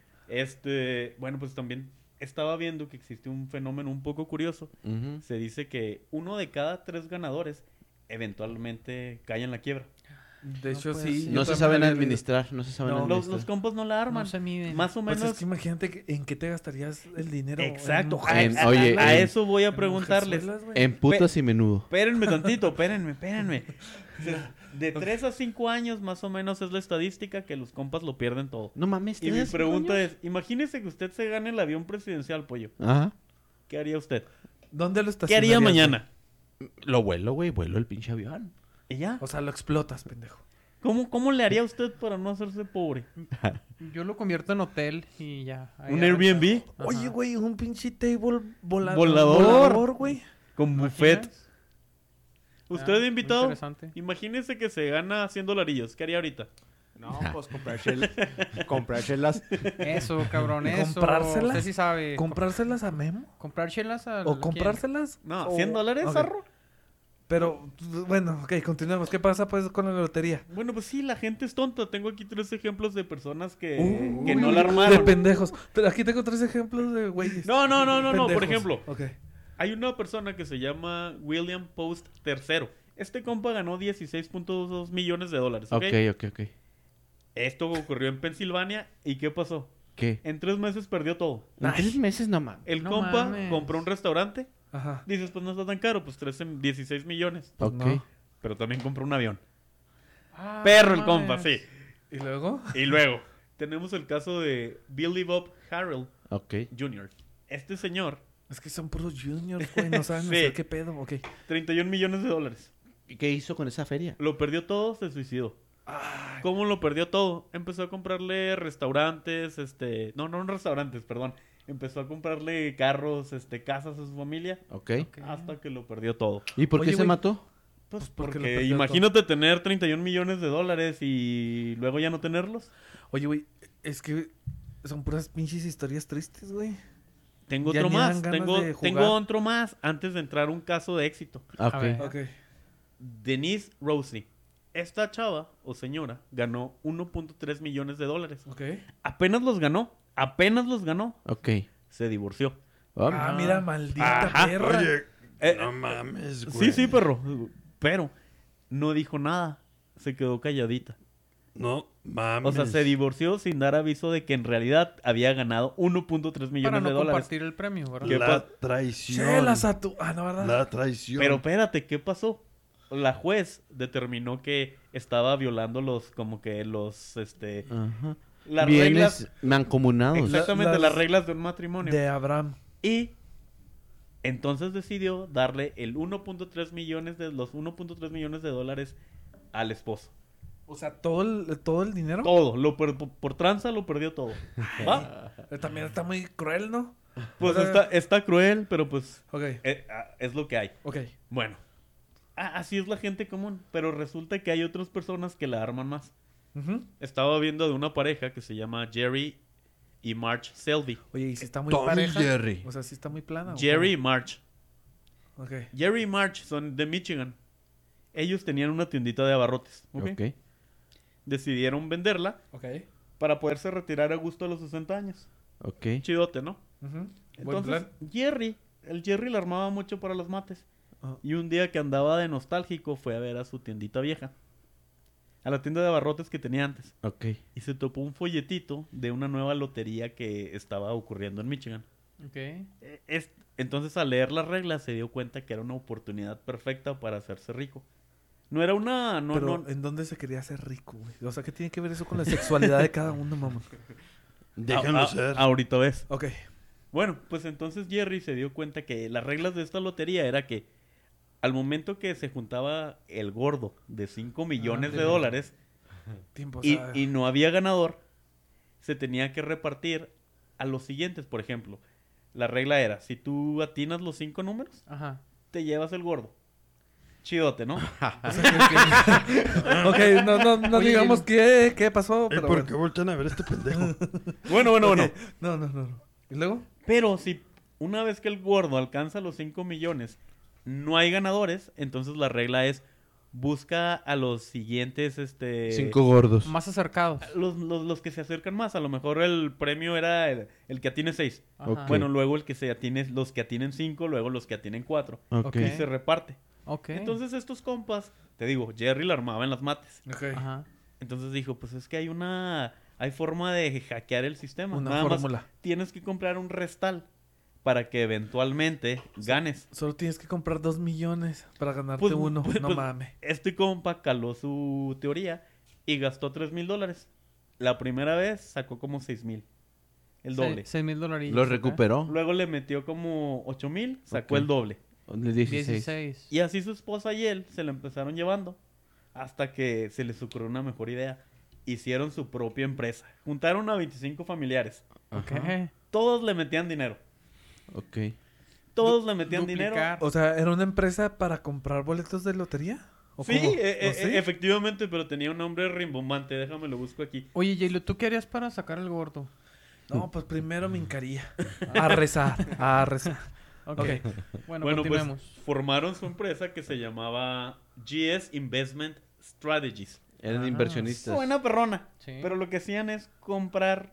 Este, bueno, pues también estaba viendo que existe un fenómeno un poco curioso. Ujú. Se dice que uno de cada tres ganadores eventualmente cae en la quiebra. De No hecho, puede sí. ser. yo No se también saben había leído. administrar, no se saben No, Los, administrar. los compas no la arman. No se miden. Más o Pues menos. es que imagínate que- en qué te gastarías el dinero. Exacto. En En- mujeres- oye, a en- eso voy a en preguntarles. mujerzuelas, güey. En putas y menudo. Espérenme tantito, espérenme, espérenme. De tres a cinco años más o menos es la estadística que los compas lo pierden todo. No mames. Y mi ¿tienes cinco pregunta años? es, imagínese que usted se gane el avión presidencial, pollo. Ajá. ¿Qué haría usted? ¿Dónde lo ¿Qué estacionarías? haría güey? mañana? Lo vuelo, güey. Vuelo el pinche avión. ¿Y ya? O sea, lo explotas, pendejo. ¿Cómo, ¿Cómo le haría usted para no hacerse pobre? Yo lo convierto en hotel y ya. ahí ¿Un arranca. Airbnb? Ajá. Oye, güey, un pinche table vola- Volador. volador, güey. Con ¿Imaginas? buffet. ¿Usted Ah, de invitado? muy interesante. Imagínese que se gana cien dolarillos. ¿Qué haría ahorita? No, pues comprar, chel- comprar chelas. Eso, cabrón, eso. ¿Comprárselas? Usted sí sabe. ¿Comprárselas a Memo? ¿Comprar chelas a ¿O comprárselas? No, O- ¿cien dólares, ok. Zarro? Pero, bueno, ok, continuemos. ¿Qué pasa, pues, con la lotería? Bueno, pues sí, la gente es tonta. Tengo aquí tres ejemplos de personas que, Uy, que no la De armaron. pendejos. Pero aquí tengo tres ejemplos de güeyes. No, no, no, no, no. Por pendejos. ejemplo, Ok. hay una persona que se llama William Post tercero. Este compa ganó dieciséis punto dos millones de dólares, ¿ok? Ok, ok, ok. Esto ocurrió en Pensilvania. ¿Y qué pasó? ¿Qué? En tres meses perdió todo. En tres meses no mames. El No compa mames. compró un restaurante. Ajá. Dices, pues no está tan caro, pues trece, dieciséis millones. Pues Ok. no. Pero también compró un avión. Ah, Perro no el compa, mames. sí. ¿Y luego? Y luego, tenemos el caso de Billy Bob Harrell Ok. junior Este señor, Es que son puros juniors, güey. No saben Sí. hacer qué pedo. Ok. treinta y un millones de dólares. ¿Y qué hizo con esa feria? Lo perdió todo, se suicidó. ¿Cómo lo perdió todo? Empezó a comprarle restaurantes, este... No, no restaurantes, perdón. Empezó a comprarle carros, este, casas a su familia. Ok. Ok. Hasta que lo perdió todo. ¿Y por Oye, qué se güey. mató? Pues porque porque, lo perdió imagínate tener treinta y un millones de dólares y luego ya no tenerlos. Oye, güey, es que son puras pinches historias tristes, güey. Tengo Ya otro ni dan más, ganas tengo, de jugar. tengo otro más antes de entrar a un caso de éxito. Ah, A ver. ok. Ok. Denise Rossi. Esta chava o señora ganó uno punto tres millones de dólares. Ok. Apenas los ganó, apenas los ganó. Ok. Se divorció. Ah, Ah, mira, maldita Ajá. perra. Oye, Eh, no mames, güey. Sí, sí, perro. Pero no dijo nada. Se quedó calladita. No mames. O sea, se divorció sin dar aviso de que en realidad había ganado uno punto tres Para millones no de dólares. compartir el premio, ¿verdad? ¿Qué La pa- traición. Chelas a tu... Ah, no, ¿verdad? La traición. Pero espérate, ¿qué pasó? La juez determinó que estaba violando los, como que los, este, Ajá. las Bienes reglas, mancomunados. exactamente, las- las reglas de un matrimonio. De Abraham. Y entonces decidió darle el uno punto tres millones de los uno punto tres millones de dólares al esposo. O sea, todo el, todo el dinero. Todo, lo per- por, por tranza lo perdió todo. ¿Va? Eh, También está muy cruel, ¿no? Pues O sea, está, está cruel, pero pues Ok, eh, ah, es lo que hay. ok. Bueno, ah, así es la gente común, pero resulta que hay otras personas que la arman más. Ujú. Estaba viendo de una pareja que se llama Jerry y March Selby. Oye, ¿y si está muy Tommy pareja? Jerry. O sea, si está muy plana. ¿o Jerry y March. cómo? Ok. Jerry y March son de Michigan. Ellos tenían una tiendita de abarrotes. ¿ok? Ok. Decidieron venderla Ok. para poderse retirar a gusto a los sesenta años. Ok. Chidote, ¿no? Ujú. Buen Entonces, plan. Jerry, el Jerry la armaba mucho para los mates. Ajá. Y un día que andaba de nostálgico fue a ver a su tiendita vieja. A la tienda de abarrotes que tenía antes. Ok. Y se topó un folletito de una nueva lotería que estaba ocurriendo en Michigan. Ok. Eh, es- entonces al leer las reglas se dio cuenta que era una oportunidad perfecta para hacerse rico. No era una... No, Pero, no, ¿en dónde se quería hacer rico, güey? O sea, ¿qué tiene que ver eso con la sexualidad de cada uno, mamá? Déjalo a- a- ser. Ahorita ves. Ok. Bueno, pues entonces Jerry se dio cuenta que las reglas de esta lotería era que al momento que se juntaba el gordo de cinco millones de Ándale. dólares Tiempo, y, ¿sabes? y no había ganador, se tenía que repartir a los siguientes. Por ejemplo, la regla era, si tú atinas los cinco números, Ajá. te llevas el gordo. Chidote, ¿no? O sea, que- que- ok, no, no, no Oye, digamos el- qué, qué pasó, ¿Y pero por bueno. qué voltean a ver a este pendejo? Bueno, bueno, Ok, bueno. No, no, no, no. ¿Y luego? Pero si una vez que el gordo alcanza los cinco millones, no hay ganadores, entonces la regla es busca a los siguientes, este... Cinco gordos. Más acercados. Los, los, los que se acercan más. A lo mejor el premio era el, el que atine seis. Ajá. Ok. Bueno, luego el que se atine, los que atinen cinco, luego los que atinen cuatro. Ok. Ok. Y se reparte. Ok. Entonces estos compas, te digo, Jerry la armaba en las mates. Ok. Ajá. Entonces dijo, pues es que hay una... Hay forma de hackear el sistema. Una Nada más fórmula. tienes que comprar un restal para que eventualmente ganes. Solo tienes que comprar dos millones para ganarte Pues, uno. pues, no pues, mames. Este compa caló su teoría y gastó tres mil dólares. La primera vez sacó como seis mil. El doble. Seis mil dólares. Lo recuperó. Luego le metió como ocho mil, sacó Ok. el doble. De dieciséis. dieciséis. Y así su esposa y él se lo empezaron llevando hasta que se les ocurrió una mejor idea. Hicieron su propia empresa. Juntaron a veinticinco familiares. Ok. Ajá. Todos le metían dinero. Ok. Todos le metían dinero. Duplicar. O sea, ¿era una empresa para comprar boletos de lotería? ¿O Sí, cómo? e- e- ¿O sí? efectivamente, pero tenía un nombre rimbombante. Déjame lo busco aquí. Oye, Jaylo, ¿tú qué harías para sacar el gordo? No, pues primero me hincaría. A rezar, a rezar. Ok. Ok. Bueno, Bueno, pues continuemos. formaron su empresa que se llamaba G S Investment Strategies. Eran Ah. inversionistas. Buena perrona. Sí. Pero lo que hacían es comprar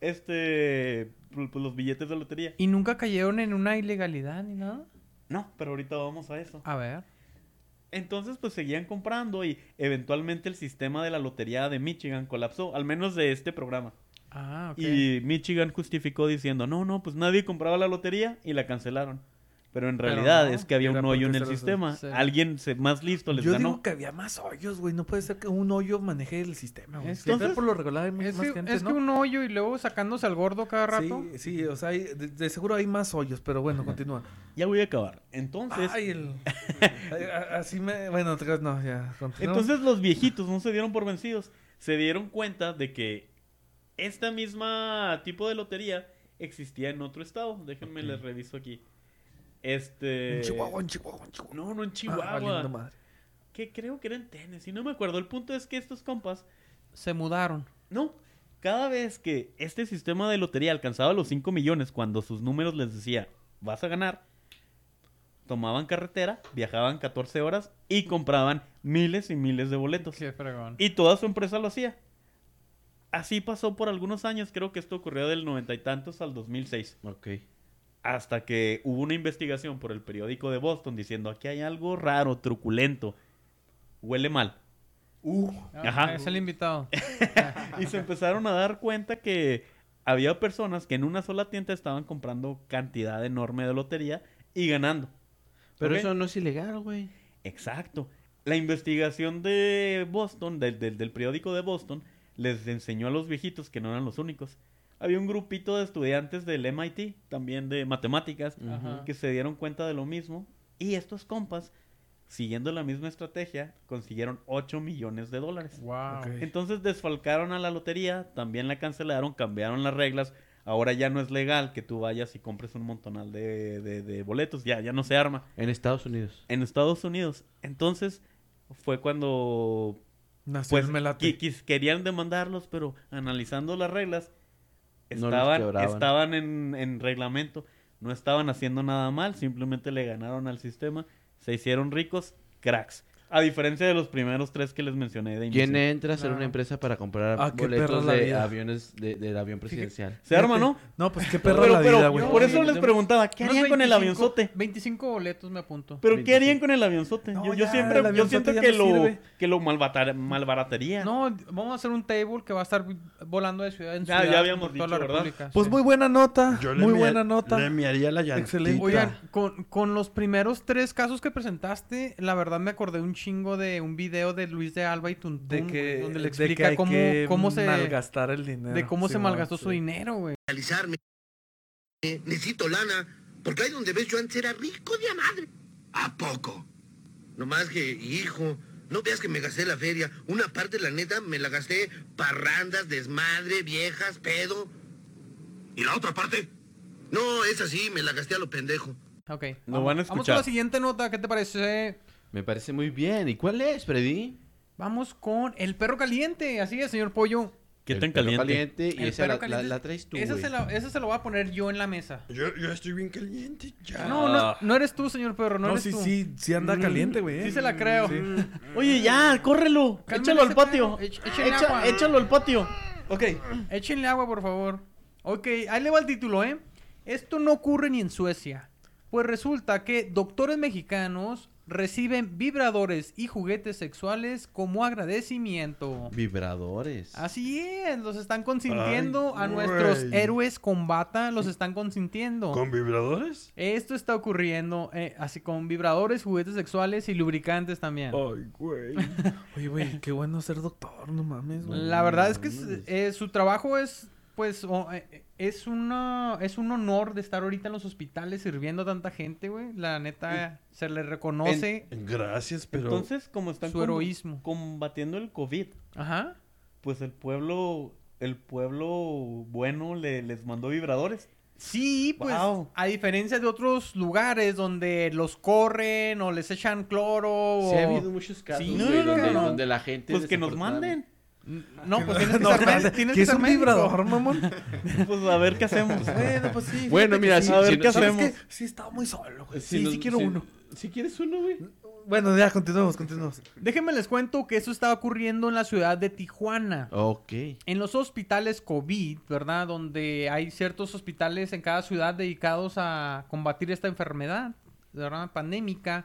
este pues, pues, los billetes de lotería. ¿Y nunca cayeron en una ilegalidad ni nada? No, pero ahorita vamos a eso. A ver. Entonces, pues seguían comprando y eventualmente el sistema de la lotería de Michigan colapsó, al menos de este programa. Ah, ok. Y Michigan justificó diciendo, no, no, pues nadie compraba la lotería y la cancelaron. Pero en Pero realidad no, es que había era un hoyo en porque el se los- sistema. sí. Alguien se- más listo les Yo ganó. digo que había más hoyos, güey. No puede ser que un hoyo maneje el sistema, güey. Es- Siempre entonces- por lo regular hay más, Es, más que, gente, es ¿no? que un hoyo y luego sacándose al gordo cada rato. Sí, sí, o sea, hay- de, de seguro hay más hoyos, pero bueno, continúa. Ya voy a acabar. Entonces, Ay, el... Ay, a- así me... Bueno, te creas, no, ya, continúa. entonces los viejitos no se dieron por vencidos. Se dieron cuenta de que esta misma tipo de lotería existía en otro estado. Déjenme les reviso aquí. Este... En Chihuahua, en Chihuahua, en Chihuahua. No, no en Ah, Chihuahua. valiendo madre. que creo que era en Tennessee, no me acuerdo. El punto es que estos compas, Se mudaron. no, cada vez que este sistema de lotería alcanzaba los cinco millones, cuando sus números les decía, vas a ganar, tomaban carretera, viajaban catorce horas y compraban miles y miles de boletos. Qué fregón. Y toda su empresa lo hacía. Así pasó por algunos años, creo que esto ocurrió del noventa y tantos al dos mil seis. Ok. Hasta que hubo una investigación por el periódico de Boston diciendo, aquí hay algo raro, truculento, huele mal. Ah, Ajá. Es el invitado. Y se empezaron a dar cuenta que había personas que en una sola tienda estaban comprando cantidad enorme de lotería y ganando. Pero ¿Ok? eso no es ilegal, güey. Exacto. La investigación de Boston, del, del, del periódico de Boston, les enseñó a los viejitos que no eran los únicos. Había un grupito de estudiantes del M I T, también de matemáticas, Ajá. que se dieron cuenta de lo mismo. Y estos compas, siguiendo la misma estrategia, consiguieron ocho millones de dólares. Wow. Ok. Entonces desfalcaron a la lotería, también la cancelaron, cambiaron las reglas. Ahora ya no es legal que tú vayas y compres un montonal de, de, de boletos, ya, ya no se arma. En Estados Unidos. En Estados Unidos. Entonces fue cuando Nació pues, el melate. qui- quis- querían demandarlos, pero analizando las reglas, No los estaban, quebraban. estaban en, en reglamento, no estaban haciendo nada mal, simplemente le ganaron al sistema, se hicieron ricos, cracks. A diferencia de los primeros tres que les mencioné de inicio. ¿Quién entra a hacer No. una empresa para comprar Ah, qué perra boletos la de vida. aviones de, del avión presidencial? Se arma, ¿no? No, pues qué perra Pero, la pero vida, güey. por eso Yo- les yo- preguntaba, ¿qué Unos harían con el veinticinco avionzote? veinticinco boletos me apunto. Pero ¿qué veinticinco. harían con el avionzote? No, yo, yo ya, siempre, el yo avionzote siento ya que no lo, sirve. que lo malbatar- malbaratarían. No, vamos a hacer un table que va a estar volando de ciudad en Ya- ciudad. ya habíamos por toda dicho, la ¿verdad? República, Pues sí. muy buena nota. Yo le Muy mea- buena nota. Le mearía la llantita. Excelente. Oigan, con, con los primeros tres casos que presentaste, la verdad me acordé un chingo de un video de Luis de Alba y Tuntún, de güey, que, donde le de que explica hay cómo, que cómo se malgastar el dinero. de cómo se Simón, malgastó sí. su dinero, güey. Necesito lana, porque ahí donde ves yo antes era rico de a madre. ¿A poco? Nomás que, hijo, no veas que me gasté la feria. Una parte, la neta, me la gasté parrandas, desmadre, viejas, pedo. ¿Y la otra parte? No, esa sí, me la gasté a lo pendejo. Ok. Lo vamos, van a vamos con escuchar. la siguiente nota. ¿Qué te parece? Me parece muy bien. ¿Y cuál es, Freddy? Vamos con el perro caliente. Así es, señor Pollo. ¿Qué El tan perro caliente? y El esa perro la, caliente. la- la traes tú, Esa güey. se, la, esa se lo voy a poner yo en la mesa. Yo, yo estoy bien caliente ya. No, no, Ah. no eres tú, señor perro. No, No, eres sí, tú. sí, sí anda caliente, güey. eh. Sí se la creo. Oye, ya, córrelo. Cálmale Échalo al ese patio. perro. Ech- échenle Echa- agua. échalo al patio. Ok. Échenle agua, por favor. Ok, ahí le va el título, ¿eh? Esto no ocurre ni en Suecia. Pues resulta que doctores mexicanos reciben vibradores y juguetes sexuales como agradecimiento. Vibradores. Así es, los están consintiendo Ay, a nuestros güey. héroes con bata, los están consintiendo. ¿Con vibradores? Esto está ocurriendo eh, así con vibradores, juguetes sexuales y lubricantes también. Ay, güey. Oye, güey, qué bueno ser doctor, no mames, güey. La verdad es que es- eh, su trabajo es, pues, o, eh, es una, es un honor de estar ahorita en los hospitales sirviendo a tanta gente, güey. La neta, se le reconoce Gracias, pero... Entonces, como están su com- heroísmo. combatiendo el COVID, Ajá. pues el pueblo, el pueblo bueno le, les mandó vibradores. Sí, pues, Wow. a diferencia de otros lugares donde los corren o les echan cloro Sí, ha o... habido muchos casos, Sí, güey, no, no, donde, no. donde la gente... Pues que nos desafortunadamente- manden. No, pues tienes que No, ser, espérate, médico, tienes ¿qué que es ser un médico. vibrador, mamón? Pues a ver qué hacemos. Bueno, pues sí. Bueno, fíjate mira, que si- sí. a ver si qué no- ¿Sabes hacemos. qué? Sí, estaba muy solo, güey. Si Sí, nos- sí quiero si- uno. Si quieres uno, güey. Bueno, ya, continuemos, continuemos. Déjenme les cuento que eso está ocurriendo en la ciudad de Tijuana. Ok. En los hospitales COVID, ¿verdad? Donde hay ciertos hospitales en cada ciudad dedicados a combatir esta enfermedad, ¿verdad? Pandémica.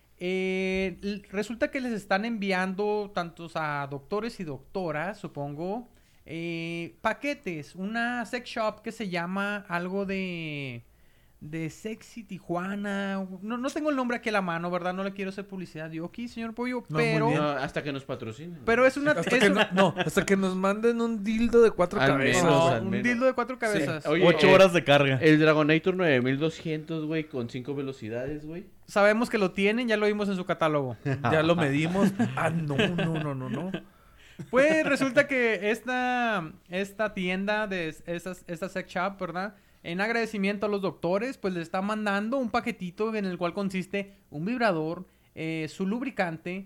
Eh, l- resulta que les están enviando tantos a doctores y doctoras, supongo, eh, paquetes. Una sex shop que se llama algo de... de Sexy Tijuana. No, no tengo el nombre aquí a la mano, ¿verdad? No le quiero hacer publicidad yo aquí, señor Pollo. No, muy pero... bien. No, hasta que nos patrocinen. Pero es una... Hasta es que una- no, no, hasta que nos manden un dildo de cuatro Al cabezas. menos, no, al un menos. dildo de cuatro cabezas. Oye, Ocho eh, horas de carga. El Dragonator nueve mil doscientos, güey, con cinco velocidades, güey. Sabemos que lo tienen, ya lo vimos en su catálogo. Ya lo medimos. Ah, no, no, no, no, no. Pues resulta que esta, esta tienda de estas, esta sex shop, ¿verdad? En agradecimiento a los doctores, pues les está mandando un paquetito en el cual consiste un vibrador, eh, su lubricante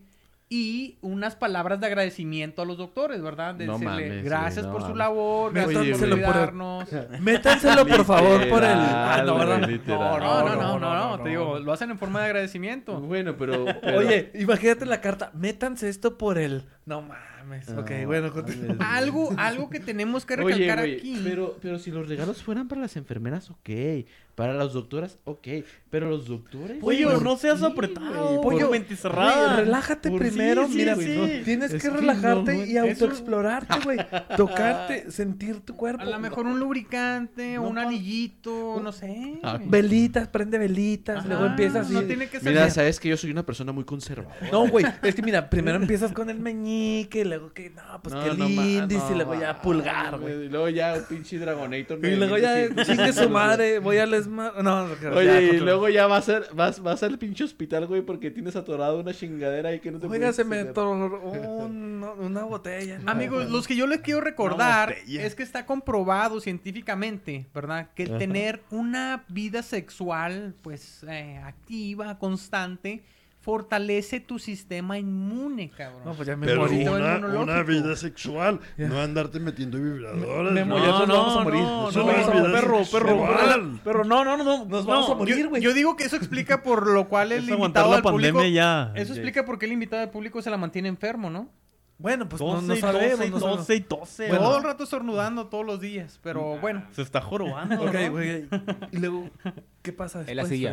y unas palabras de agradecimiento a los doctores, ¿verdad? De No decirle mames, güey, gracias no por su mames. labor, gracias Oye, por güey. cuidarnos. Métanselo, por favor, por el... Ah, no, Literal, ¿verdad? güey, literal. No, no, no, no, no, no, te no. digo, lo hacen en forma de agradecimiento. Bueno, pero... pero- Oye, imagínate la carta. Métanse esto por el... No mames. Ok, No, bueno, mames, continúa. güey. Algo, algo que tenemos que Oye, recalcar güey, aquí. pero, pero si los regalos fueran para las enfermeras, ok. Para las doctoras, ok. Pero los doctores... Pollo, ¿por no seas qué, apretado. güey? Pollo, Por- mente cerrada. Güey, relájate Por- primero. sí, sí, Mira, sí. güey, no, tienes Es que que relajarte no, no, y eso- autoexplorarte, güey. Tocarte, sentir tu cuerpo. A lo mejor un lubricante, No, un pa- anillito, no sé. Ah, Velitas, prende velitas. Ajá, luego empiezas así. No tiene que ser... Mira, sabes que yo soy una persona muy conservadora. No, güey, es que mira, primero empiezas con el meñique, luego que, no, pues que el no ma- índice, no y luego ya ma- pulgar, güey. Y luego ya un pinche Dragonator. Y luego ya chingue su madre, voy al esma... No, no, ya, Oye, y control. luego ya vas, a, vas, vas al pinche hospital, güey, porque tienes atorado una chingadera ahí que no te Oiga, puedes se me sacar. atoró un- una botella. ¿no? Amigos, los que yo les quiero recordar botella. es que está comprobado científicamente, ¿verdad? Que el Ajá. tener una vida sexual, pues, eh, activa, constante, fortalece tu sistema inmune, cabrón. No, pues ya me Pero morí. Sistema una, inmunológico. una vida sexual, Ya. no andarte metiendo vibradores. Me- ¿no? Memo, ya nos vamos a morir. No, Nos no, vamos a no, morir. perro, perro, Sexual. perro, no, no, no, no. Nos vamos no. a morir, Yo, güey. yo digo que eso explica por lo cual el Es aguantar invitado la al público... pandemia ya. Eso explica por qué el invitado al público se la mantiene enfermo, ¿no? Bueno, pues no, doce, no sabemos. doce, no sabemos. doce y doce. Bueno. Todo el rato estornudando todos los días, pero bueno. Se está jorobando. Ok, ¿no? güey. Y luego, ¿qué pasa después? En la silla. Freddy?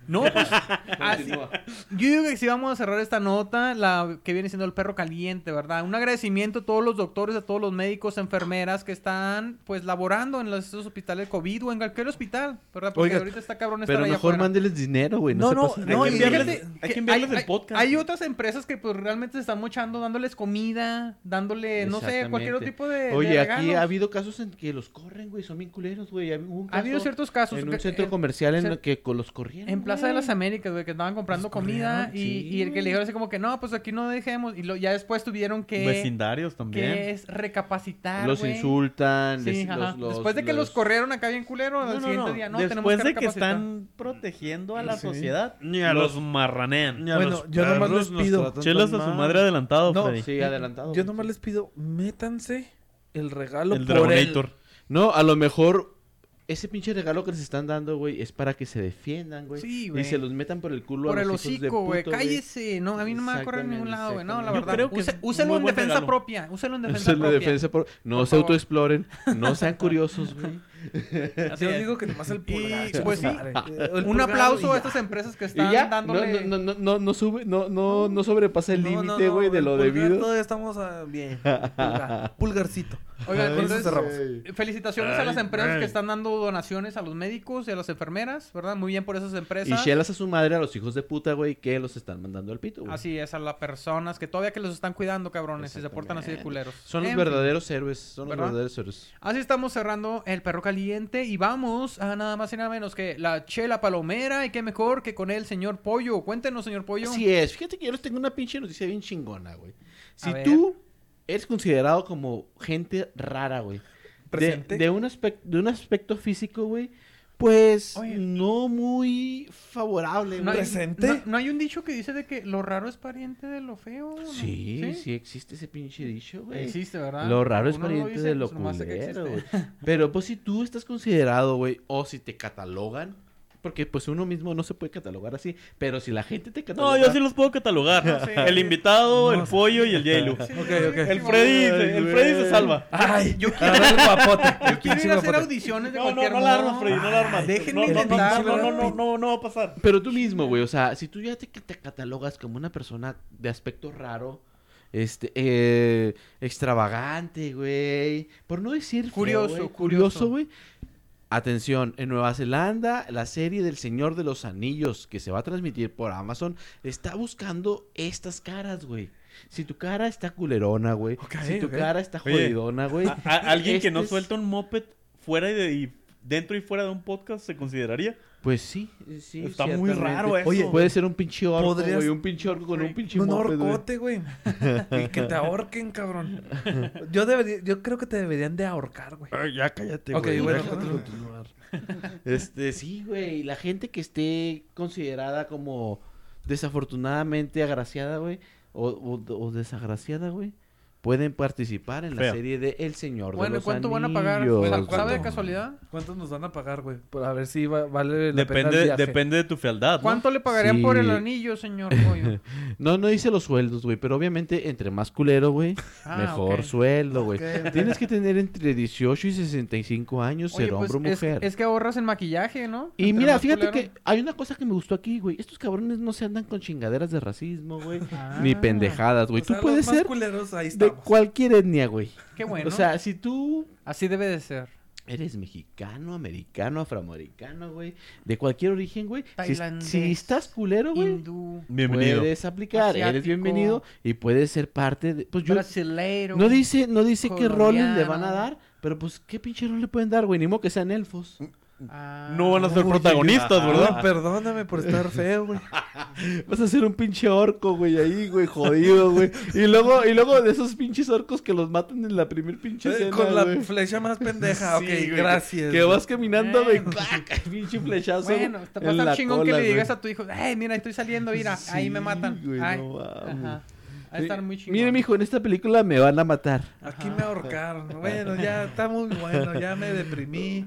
No, pues, así- yo digo que si vamos a cerrar esta nota, la que viene siendo el perro caliente, ¿verdad? Un agradecimiento a todos los doctores, a todos los médicos, enfermeras que están, pues, laborando en los esos hospitales de COVID o en cualquier hospital, ¿verdad? Porque Oiga, ahorita está cabrón estar Pero allá mejor afuera. mándeles dinero, güey. No, No, se no, pasen No, de y que verga. enviarles- fíjate hay que que enviarles hay, el podcast. hay otras empresas que pues realmente se están mochando, dándoles comida, dándole, no sé, cualquier otro Exactamente. tipo de Oye, de aquí regalos. ha habido casos en que los corren, güey. Son bien culeros, güey. Ha hubo un Ha habido caso ciertos casos. en que- un centro en- comercial en cer- el que con los corrieron, En Plaza de güey. las Américas, güey, que estaban comprando comida y, sí, y el que güey. le dijeron así como que no, pues aquí no dejemos. Y lo, ya después tuvieron que, Vecindarios también. que es recapacitar, Los güey. insultan. Sí, les- ajá. los- los- Después de que los, los- corrieron acá bien culero, No, al no, siguiente no. día, no, Después tenemos que de que recapacitar. están protegiendo a la Sí. sociedad, Ni a los los- marranean. Ni a Bueno, los yo nomás perros les nos pido- tratan Chelas a tan su mal. madre adelantado, No, Freddy. Sí, adelantado. Yo güey. nomás les pido, métanse el regalo El por Dragonator. el... No, a lo mejor ese pinche regalo que les están dando, güey, es para que se defiendan, güey. Sí, güey. Y se los metan por el culo Por a el los hijos de hocico, güey. puto, Cállese. No, a mí no me va a correr en ningún Exactamente, lado, güey. No, la exactamente. verdad. Yo creo que Use- es úselo muy en buen defensa regalo. propia. Úselo en defensa Úsenlo de propia. defensa por- No Por se favor. autoexploren. No sean curiosos, güey. Así Yo es. digo que nomás el pulgar. Y, pues sí, madre. El Un pulgar aplauso y a ya. estas empresas que Y están ya, dándole... no, no, no, no, no sube, no, no, no sobrepasa el No, no, límite, no, güey, de el lo pulgar debido. Todavía estamos ah, bien. Pulgar- pulgarcito. Oigan, Con eso entonces, cerramos. eh, felicitaciones a Ay, las empresas ay. que están dando donaciones a los médicos y a las enfermeras, ¿verdad? Muy bien por esas empresas. Y chelas a su madre a los hijos de puta, güey, que los están mandando al pito, güey. Así es, a las personas que todavía que los están cuidando, cabrones, y se portan así de Exactamente. culeros. Son los En fin. verdaderos héroes, son los ¿Verdad? verdaderos héroes. Así estamos cerrando el perro caliente y vamos a nada más y nada menos que la chela palomera y qué mejor que con el señor Pollo. Cuéntenos, señor Pollo. Así es, fíjate que yo les tengo una pinche noticia bien chingona, güey. Si A ver. tú eres considerado como gente rara, güey, de, Presente. de un aspecto, de un aspecto físico, güey, pues Oye. no muy favorable, No hay, güey. Presente. no- no hay un dicho que dice de que lo raro es pariente de lo feo. ¿no? Sí, sí, existe ese pinche dicho, güey. Existe, ¿verdad? Lo raro es Algunos lo pariente dicen, de lo pues nomás sé que culero, güey. existe. Pero pues si tú estás considerado, güey, o si te catalogan, porque pues uno mismo no se puede catalogar así, pero si la gente te No, cataloga... yo sí los puedo catalogar. No, sí. El invitado, No, el pollo y el J-Lu. Sí, Ok, yo- ok. yo- El yo- Freddy, Ay, se- el güey. Freddy se salva. Ay, Yo a ver el guapote. el Yo quiero pinche ir a hacer guapote. audiciones de No, no, cualquier no la modo. armas, Freddy, no la armas. Déjenme no, no, no, intentarlo. no, no, no, no, no va a pasar. Pero tú mismo, güey, o sea, si tú ya te, te catalogas como una persona de aspecto raro, este, eh, extravagante, güey, por no decir feo, Curioso, güey, curioso. curioso, güey. Atención, en Nueva Zelanda, la serie del Señor de los Anillos que se va a transmitir por Amazon está buscando estas caras, güey. Si tu cara está culerona, güey. Ok, si tu ok. cara está Oye, jodidona, güey. A- a- alguien que no este es- suelta un moped fuera y, de- y dentro y fuera de un podcast se consideraría. Pues sí, sí. Está muy ciertamente. raro eso. Oye, puede ser un pinche orco, podrías- güey. Un pinche orco con un pinche Un moped, güey. horcote, güey. Y que te ahorquen, cabrón. Yo debería, yo creo que te deberían de ahorcar, güey. Ay, ya cállate, Ok, güey. bueno, Déjate continúa. continuar. Este, sí, güey. La gente que esté considerada como desafortunadamente agraciada, güey, o, o, o desagraciada, güey, pueden participar en la Fea. serie de El Señor Bueno, de ¿y los cuánto van a pagar? Anillos, Bueno, güey. ¿sabe de casualidad? ¿Cuántos nos van a pagar, güey? Por a ver si va- vale la pena el Depende, viaje. depende de tu fealdad, ¿no? ¿Cuánto le pagarían por el Sí. anillo, señor Pollo? No, no dice los sueldos, güey, pero obviamente entre más culero, güey, Ah, mejor ok. sueldo, güey. Ok. Tienes que tener entre dieciocho y sesenta y cinco años, Oye, ser pues, hombre o es, mujer. es que ahorras en maquillaje, ¿no? Y Entre mira, más fíjate culero. que hay una cosa que me gustó aquí, güey. Estos cabrones no se andan con chingaderas de racismo, güey. Ah. Ni pendejadas, güey. O sea, Tú puedes los más ser culeros, ahí de estamos. cualquier etnia, güey. Qué bueno. O sea, si tú Así debe de ser. eres mexicano, americano, afroamericano, güey, de cualquier origen, güey. Si, Tailandés, si estás culero, güey, Hindú, Bienvenido. puedes aplicar. Eres Asiático, bienvenido y puedes ser parte de... Pues yo... brasileiro. No dice, no dice qué roles le van a colombiano. dar, pero pues qué pinche rol le pueden dar, güey. Ni modo que sean elfos. Ah, No van a ser Uy, protagonistas, Ay, ¿verdad? perdóname por estar feo, güey. Vas a ser un pinche orco, güey, ahí, güey, jodido, güey. Y luego, y luego de esos pinches orcos que los matan en la primer pinche Eh, escena, Con la güey. flecha más pendeja. Sí, ok, güey, gracias. Que vas caminando, güey, Bueno. ¡clac! Pinche flechazo. Bueno, te en va a la estar chingón que cola, le digas güey. a tu hijo, ay, mira, estoy saliendo, mira, ahí me Sí, matan. güey, Ay, no mames. ajá. Va a estar muy chingón. Mire, mijo, en esta película me van a matar. Aquí me ahorcaron. Bueno, ya está muy bueno. Ya me deprimí.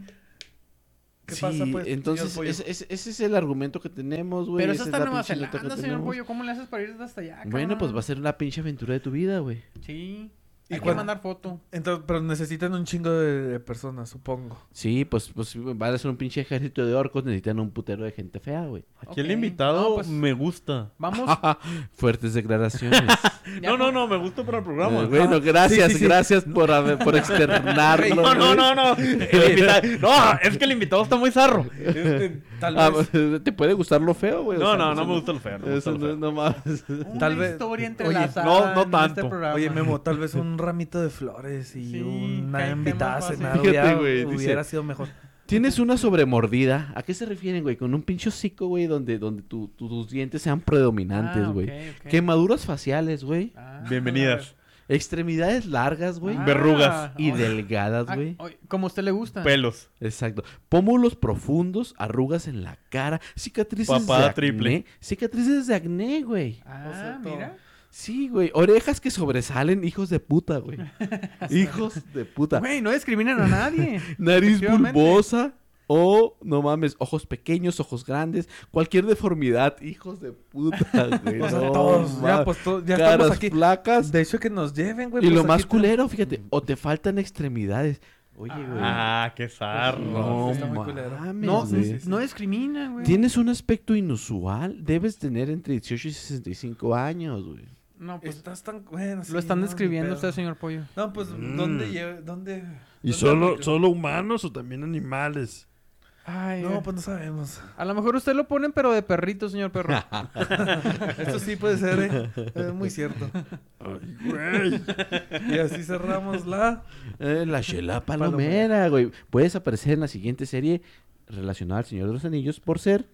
¿Qué Sí, pasa, pues? entonces, señor Pollo? ese, ese- ese es el argumento que tenemos, güey. Pero esa eso es está en la Nueva pinche nota que Zelanda, señor tenemos. Pollo. ¿Cómo le haces para ir hasta allá? Bueno, cabrón? pues va a ser la pinche aventura de tu vida, güey. Sí. Hay que cuan- mandar foto. Entonces, pero necesitan un chingo de, de personas, supongo. Sí, pues, pues van a ser un pinche ejército de orcos, necesitan un putero de gente fea, güey. Aquí el Ok. invitado No, pues- me gusta. Vamos. Fuertes declaraciones. Ya No, no, por- no, me gusta para el programa. Eh, bueno, gracias, Sí, sí, sí. gracias por, haber- por externarlo. No, no, güey. no, no. El invitado- No, es que el invitado está muy zarro. Este, tal Ah, vez. ¿te puede gustar lo feo, güey? O No, sea, no, no eso me gusta lo feo. No me gusta Eso lo no, feo. no mames. Una Tal vez- historia Oye, entrelazada no, no en tanto. este programa. Oye, Memo, tal vez un ramito de flores y Sí, una cae- cae invitada a más fácil. cenar Fíjate, hubiera, güey, dice- hubiera sido mejor. Tienes una sobremordida. ¿A qué se refieren, güey? Con un pinche hocico, güey, donde, donde tu- tu- tus dientes sean predominantes, Ah, güey. ok, ok. Quemaduras faciales, güey. Ah, Bienvenidas. Extremidades largas, güey. Ah, Verrugas. Y oye, delgadas, ah, güey. oye, como a usted le gusta. Pelos. Exacto. Pómulos profundos, arrugas en la cara, cicatrices Papada de acné. triple. Cicatrices de acné, güey. Ah, O sea, todo. mira. Sí, güey. Orejas que sobresalen, hijos de puta, güey. Hijos de puta. Güey, no discriminan a nadie. Nariz Efectivamente. bulbosa. O, no mames, ojos pequeños, ojos grandes, cualquier deformidad, hijos de puta, güey. O sea, no todos, ya, mames. pues, to- ya Caras estamos aquí. flacas. De hecho, que nos lleven, güey. Y pues, lo aquí más te- culero, fíjate, o te faltan extremidades. Oye, güey. Ah, qué zarro. no está muy culero. mames, No, güey. no discrimina, güey. Tienes un aspecto inusual. Debes tener entre dieciocho y sesenta y cinco años, güey. No, pues Estás tan... Bueno, sí, lo están no, describiendo ni pedo. usted, señor Pollo. No, pues, Mm. ¿dónde lleva? ¿Dónde? ¿Y dónde solo, aplica? solo humanos o también animales? Ay, No, pues no sabemos. a lo mejor usted lo ponen, pero de perrito, señor perro. Esto sí puede ser, ¿eh? Es muy cierto. Ay, güey. Y así cerramos la... Eh, la Shela Palomera, güey. Puedes aparecer en la siguiente serie relacionada al Señor de los Anillos por ser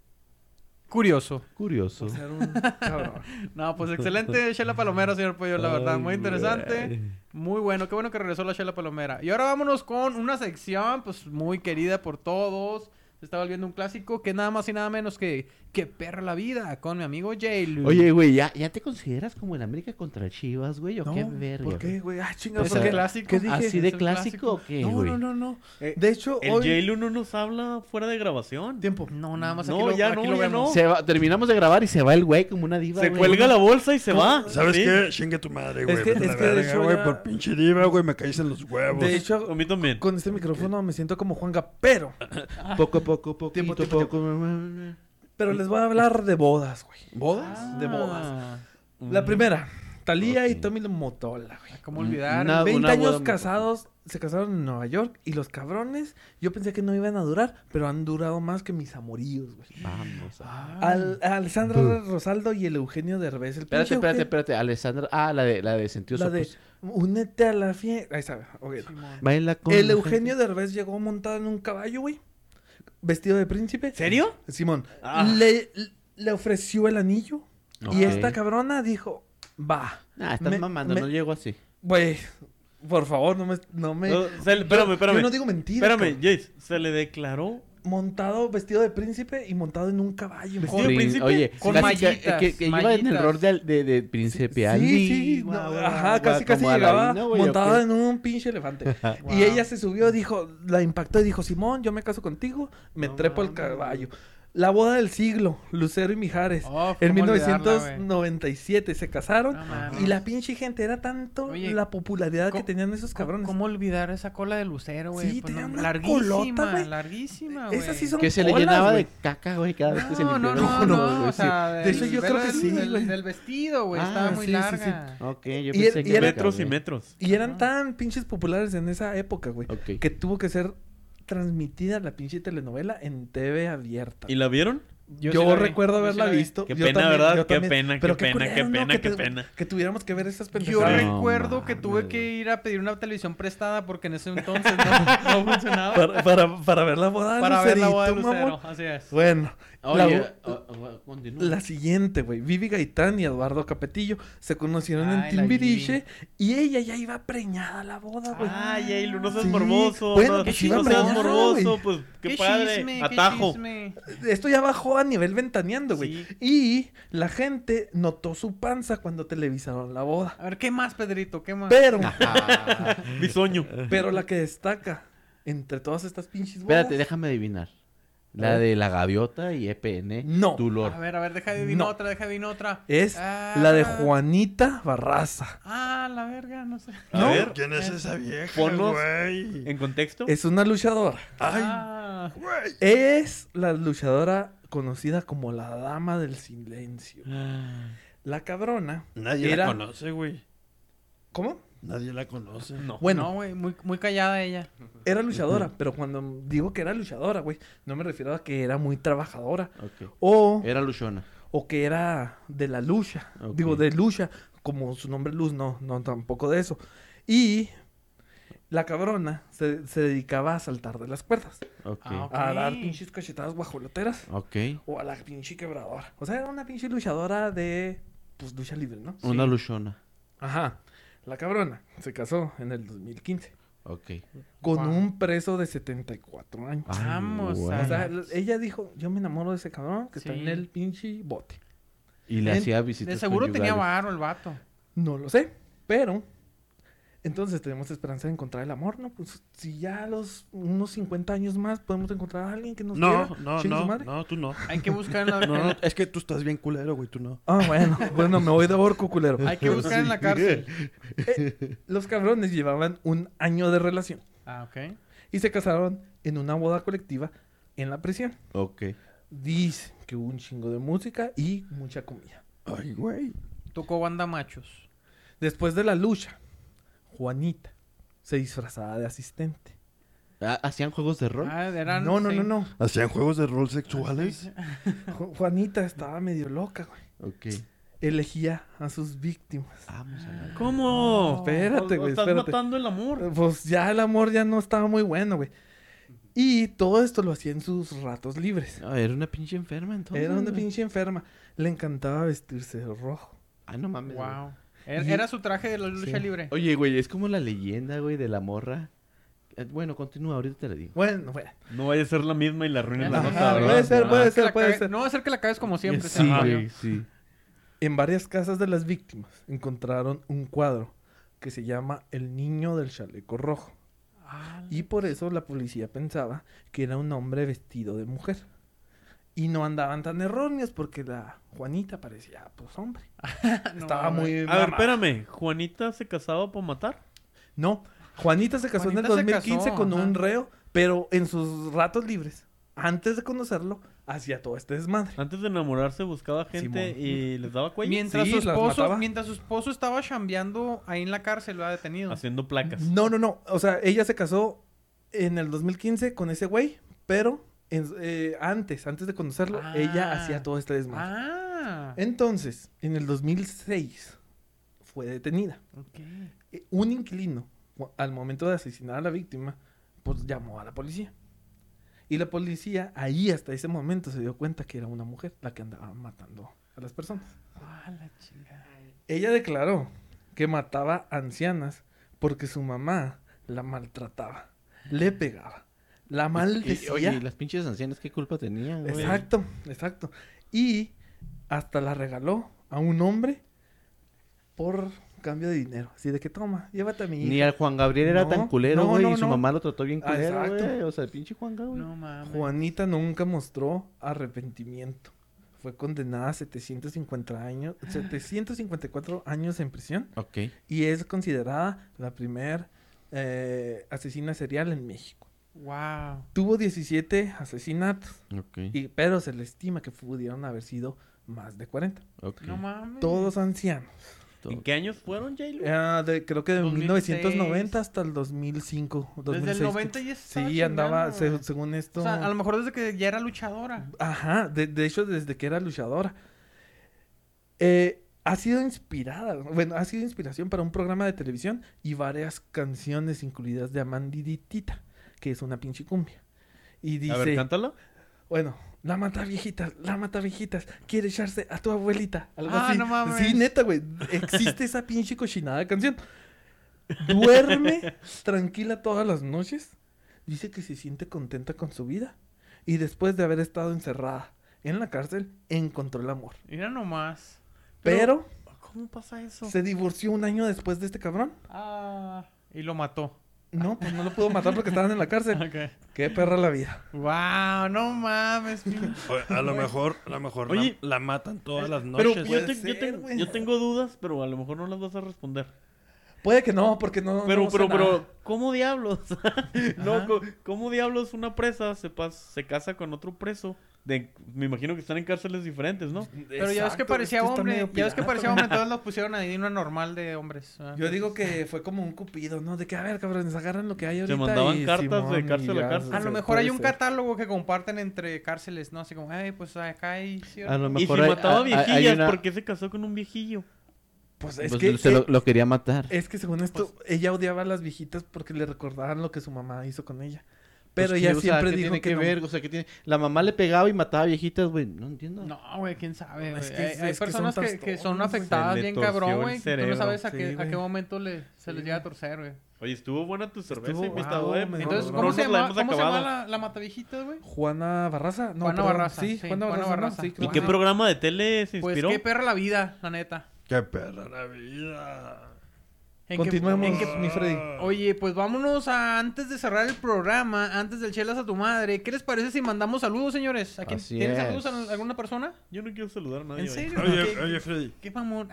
Curioso. curioso. Por ser un cabrón. No, pues excelente Shela Palomera, señor Pollo, la verdad. Ay, Muy interesante. güey. Muy bueno. Qué bueno que regresó la Shela Palomera. Y ahora vámonos con una sección, pues, muy querida por todos. Se está volviendo un clásico que nada más y nada menos que... ¡Qué perra la vida! Con mi amigo J-Lu. Oye, güey, ¿ya, ¿ya te consideras como el América contra Chivas, güey? ¿O No, qué verga? ¿por qué, güey? Ah, chingada, Es ¿por un qué? clásico. ¿Qué dije? ¿Así de Es un clásico o qué, No, güey? no, no, no. Eh, De hecho, El hoy... J-Lo no nos habla fuera de grabación. Tiempo. No, nada más aquí No, lo, ya aquí no, lo ya vemos. no. Se va- terminamos de grabar y se va el güey como una diva, Se güey. cuelga la bolsa y se va. ¿Sabes Sí. qué? Chingue tu madre, güey. Es que- Vete a la es que de verga, hecho güey. ya- Por pinche diva, güey. Me caíste en los huevos. De hecho, A mí también. con este micrófono me siento como Juanga, pero... Poco a poco, poquito, Tiempo, tiempo, poco. Pero les voy a hablar de bodas, güey. ¿Bodas? De bodas. Ah, La primera, Talía y Ok. Tommy Motola, güey. ¿Cómo olvidar? Una- veinte una años boda muy- casados, se casaron en Nueva York y los cabrones, yo pensé que no iban a durar, pero han durado más que mis amoríos, güey. Vamos a... Al, a Alessandra Rosaldo y el Eugenio Derbez. El Espérate, pinche espérate, Eugenio- espérate. Alessandra... Ah, la de, la de Sentidos La de Opuestos. únete a la fiesta. Ahí está, ok. Simón. Baila con El la Eugenio Derbez llegó montado en un caballo, güey. Vestido de príncipe. ¿Serio? Simón. Ah. Le, le ofreció el anillo. gente. Y Ok. esta cabrona dijo, va. Ah, estás me- mamando, me- no llego así. Güey, por favor, no me... No me... No, se le- espérame, Yo- espérame. Yo no digo mentiras. Espérame, cabrón. Jace. Se le declaró. Montado, vestido de príncipe y montado en un caballo. ¿Vestido de Prin- príncipe? Oye, Con casi que- mallitas, que, que iba en el mallitas. rol de, de, de príncipe Ali. Sí, sí, no, guau, ajá, guau, casi casi como llegaba Aladino, güey, ¿o montada qué? en un pinche elefante. Wow. Y ella se subió, dijo, la impactó y dijo, Simón, yo me caso contigo, me No trepo el mames. caballo. La boda del siglo, Lucero y Mijares. Oh, En ¿cómo mil olvidarla, novecientos güey? noventa y siete se casaron No mames. y la pinche gente era tanto Oye, la popularidad que ¿cómo- tenían esos cabrones. ¿Cómo olvidar esa cola de lucero, güey? Sí, Pues tenía no, una larguísima, colota, güey. larguísima, güey. Esas sí son Que se le colas, llenaba güey. de caca, güey, cada vez que se No, limpiaba. no, el no, culo, no, güey, o sí. sea, De hecho, yo del- creo que sí, del, güey. del vestido, güey, Ah, estaba muy sí, sí, sí. larga. Ok, yo Y pensé era- que y era- Metros y güey. metros. Y eran tan pinches populares en esa época, güey, Ok. que tuvo que ser transmitida la pinche telenovela en T V abierta. ¿Y la vieron? Yo, Yo sí la vi, recuerdo yo sí haberla la vi. visto. Qué Yo pena, también, ¿verdad? yo Qué también. pena, Pero qué pena, qué culero, ¿no? pena, que qué te- pena. Que tuviéramos que ver esas Yo pendejadas. No recuerdo que tuve mames, que güey. ir a pedir una televisión prestada porque en ese entonces no, no funcionaba. Para, para, para ver la boda de Para ver la boda de Lucerito, Lucero, mamón. así es. Bueno, Oye, la, o- o- continúa. la siguiente, güey. Vivi Gaitán y Eduardo Capetillo se conocieron Ay, en la Timbiriche y ella ya iba preñada a la boda, güey. Ay, Jailu, no seas Sí. morboso. Bueno, no, pues no iba seas preñada, morboso, güey. pues qué, Qué padre. chisme, qué Atajo. chisme. Esto ya bajó a nivel ventaneando, güey. Sí. Y la gente notó su panza cuando televisaron la boda. A ver, ¿qué más, Pedrito? ¿Qué más? Pero, Ah, Bisoño. pero la que destaca entre todas estas pinches bodas. espérate, déjame adivinar. La de la gaviota y E P N. No. Dolor. A ver, a ver, deja de adivinar No. otra, deja de adivinar otra. Es Ah. la de Juanita Barraza. Ah, la verga, no sé. A No. ver, ¿Quién es esa vieja, Ponnos güey? en contexto. Es una luchadora. Ay, Ah, güey. Es la luchadora conocida como la Dama del Silencio. La cabrona. Nadie Era- la conoce, güey. ¿Cómo? Nadie la conoce. No. Bueno, no, güey, muy, muy callada ella. era luchadora, pero cuando digo que era luchadora, güey, no me refiero a que era muy trabajadora. Ok. O, Era Luchona. o que era de la lucha. Ok. Digo, de lucha, como su nombre Luz, no, no tampoco de eso. Y la cabrona se, se dedicaba a saltar de las cuerdas. Ok. Ah, ok. A dar pinches cachetadas guajoloteras. Ok. O a la pinche quebradora. O sea, era una pinche luchadora de, pues, lucha libre, ¿no? Una Luchona. Ajá. La cabrona se casó en el dos mil quince Ok. con Wow. un preso de setenta y cuatro años. Ay, Vamos güey. a- O sea, l- ella dijo, yo me enamoro de ese cabrón que está Sí. en el pinche bote. Y le En- hacía visitas De seguro tenía conyugales. varo el vato. No lo sé, pero entonces tenemos esperanza de encontrar el amor, ¿no? Pues si ya a los unos cincuenta años más podemos encontrar a alguien que nos No, quiera, no, chingue su no, madre. no, tú no. Hay que buscar en la, No, en no, la- es que tú estás bien culero, güey, tú no. Ah, bueno, bueno, me voy de orco, culero. hay que buscar en la cárcel. Los cabrones llevaban un año de relación Ah, ok. y se casaron en una boda colectiva en la prisión. Ok. Dice que hubo un chingo de música y mucha comida. Ay, güey. Tocó banda machos. Después de la lucha, Juanita se disfrazaba de asistente. Ah, ¿hacían juegos de rol? Ah, eran, No, no, sí. no, no. ¿Hacían juegos de rol sexuales? Ju- Juanita estaba medio loca, güey. Ok. Elegía a sus víctimas. Vamos a ver. ¿Cómo? Espérate, O- o güey, Estás espérate. matando el amor. Pues ya el amor ya no estaba muy bueno, güey. Y todo esto lo hacía en sus ratos libres. No, era una pinche enferma entonces. Era una güey. pinche enferma. Le encantaba vestirse de rojo. Ay, no mames. güey. Wow. Era, Y- era su traje de la lucha Sí. libre. Oye, güey, es como la leyenda, güey, de la morra. Eh, Bueno, continúa, ahorita te la digo. Bueno, bueno. No vaya a ser la misma y la arruines la Ajá, nota, ¿verdad? puede ser, No, puede es que ser, la puede cague- ser. No va a ser que la cagues como siempre. Sí, Sergio. güey, sí. En varias casas de las víctimas encontraron un cuadro que se llama El Niño del Chaleco Rojo. Ah, Y por eso la policía pensaba que era un hombre vestido de mujer. Y no andaban tan erróneos porque la Juanita parecía, pues, hombre. no, Estaba güey. muy... A ver, mamada. espérame. ¿Juanita se casaba por matar? No, Juanita se casó en el Juanita se dos mil quince casó, con un ajá. reo, pero en sus ratos libres, antes de conocerlo, hacía todo este desmadre. Antes de enamorarse buscaba gente Simón. y les daba cuello. Mientras, Sí, su las esposo, mataba. mientras su esposo estaba chambeando ahí en la cárcel, lo ha detenido. Haciendo placas. No, no, no. O sea, ella se casó en el dos mil quince con ese güey, pero en- eh, antes, antes de conocerlo, Ah. ella hacía todo este desmadre. Ah. Entonces, en el dos mil seis fue detenida. Ok. Eh, Un inquilino, cu- al momento de asesinar a la víctima, pues llamó a la policía. Y la policía ahí hasta ese momento se dio cuenta que era una mujer la que andaba matando a las personas. Ah, la chingada. Ella declaró que mataba ancianas porque su mamá la maltrataba, le pegaba, la Y- maldecía. Oye, ¿y las pinches ancianas qué culpa tenían, güey? Exacto, exacto. Y hasta la regaló a un hombre por cambio de dinero. Así de que toma, llévate a mi hija. Ni al Juan Gabriel era No, tan culero, no, güey, no, y su no. mamá lo trató bien Ah, culero, exacto. güey. O sea, pinche Juan Gabriel. No mames. Juanita nunca mostró arrepentimiento. Fue condenada a setecientos cincuenta años, setecientos cincuenta y cuatro años en prisión Ok. y es considerada la primer eh, asesina serial en México. Wow. Tuvo diecisiete asesinatos, Ok. y, pero se le estima que pudieron haber sido más de cuarenta. Ok. No mames. Todos ancianos. ¿En qué años fueron, J-Lo? Ah, de- creo que de dos mil mil novecientos noventa seis. hasta el dos mil cinco. dos mil Desde el seis, noventa ya estaba Sí, andaba, chingando, se- güey. según esto... O sea, a lo mejor desde que ya era luchadora. Ajá, de, de hecho desde que era luchadora. Eh, ha sido inspirada, bueno, ha sido inspiración para un programa de televisión y varias canciones incluidas de Amanditita, que es una pinche cumbia. Y dice, A ver, cántalo. bueno, la mata viejitas, la mata viejitas, quiere echarse a tu abuelita, algo Ah, así. no mames. Sí, neta, güey, existe esa pinche cochinada de canción. Duerme tranquila todas las noches, dice que se siente contenta con su vida y después de haber estado encerrada en la cárcel, encontró el amor. Mira nomás. Pero ¿Cómo pasa eso? se divorció un año después de este cabrón. Ah, y lo mató. No, pues no lo pudo matar porque estaban en la cárcel. Ok. Qué perra la vida. Wow, no mames. pinche- Oye, a lo mejor, a lo mejor Oye. la, la matan todas las Pero noches. yo, te- Puede yo ser, tengo, güey. yo tengo dudas, pero a lo mejor no las vas a responder. Puede que no, porque no. Pero, no sé pero, nada. pero, ¿cómo diablos? no, Ajá. co- ¿cómo diablos una presa se, pas- se casa con otro preso? De, me imagino que están en cárceles diferentes, ¿no? Pero ya ves que Exacto, parecía es que está hombre. medio Ya ves que pirata, parecía güey. hombre, entonces lo pusieron ahí una normal de hombres. ¿verdad? Yo digo que fue como un cupido, ¿no? De que, a ver, cabrones, agarran lo que hay ahorita. mandaban y cartas de Simón, cárcel y a ya, cárcel. A se- lo mejor puede hay un ser. catálogo que comparten entre cárceles, ¿no? Así como, ay, pues acá hay... ¿sí o A no?" lo Y si mejor hay- mataba hay- hay viejillas, una- ¿por qué se casó con un viejillo? Pues es Pues que. se lo, eh, lo quería matar. Es que según esto, ella odiaba a las viejitas porque le recordaban lo que su mamá hizo con ella. Pero Pues, ella ¿qué- o sea, siempre ¿qué dijo tiene que, que no. ver? O sea, que tiene... La mamá le pegaba y mataba viejitas, güey. No entiendo. No, güey, quién sabe, güey. Es que- hay es hay que son personas que, que son trastornos, güey. afectadas Se le bien torció cabrón, el güey. Tú no cerebro. sabes a, Sí, qué, a güey. qué momento le, se les Sí, llega a güey. torcer, güey. Oye, estuvo buena tu cerveza, Estuvo- invitado, wow, ¿eh? me- Entonces, no, ¿cómo, no se, nos la llama, hemos ¿cómo se llama acabado. la, la matavijita, güey? Juana Barraza. No, Juana perdón, Barraza, Sí, sí, Juana Juana Barraza. ¿no? Barraza. Sí, ¿Y creo qué que sí. programa de tele se Pues inspiró? qué perra la vida, la neta. Qué perra la vida. ¿En qué- Continuemos, en qué- mi Freddy. Oye, pues vámonos a, antes de cerrar el programa, antes del chelas a tu madre, ¿qué les parece si mandamos saludos, señores? ¿A quién, Así ¿Tienes es. saludos a alguna persona? Yo no quiero saludar a nadie. ¿En hoy. serio? Oye, ¿Qué, oye, Freddy. qué mamón?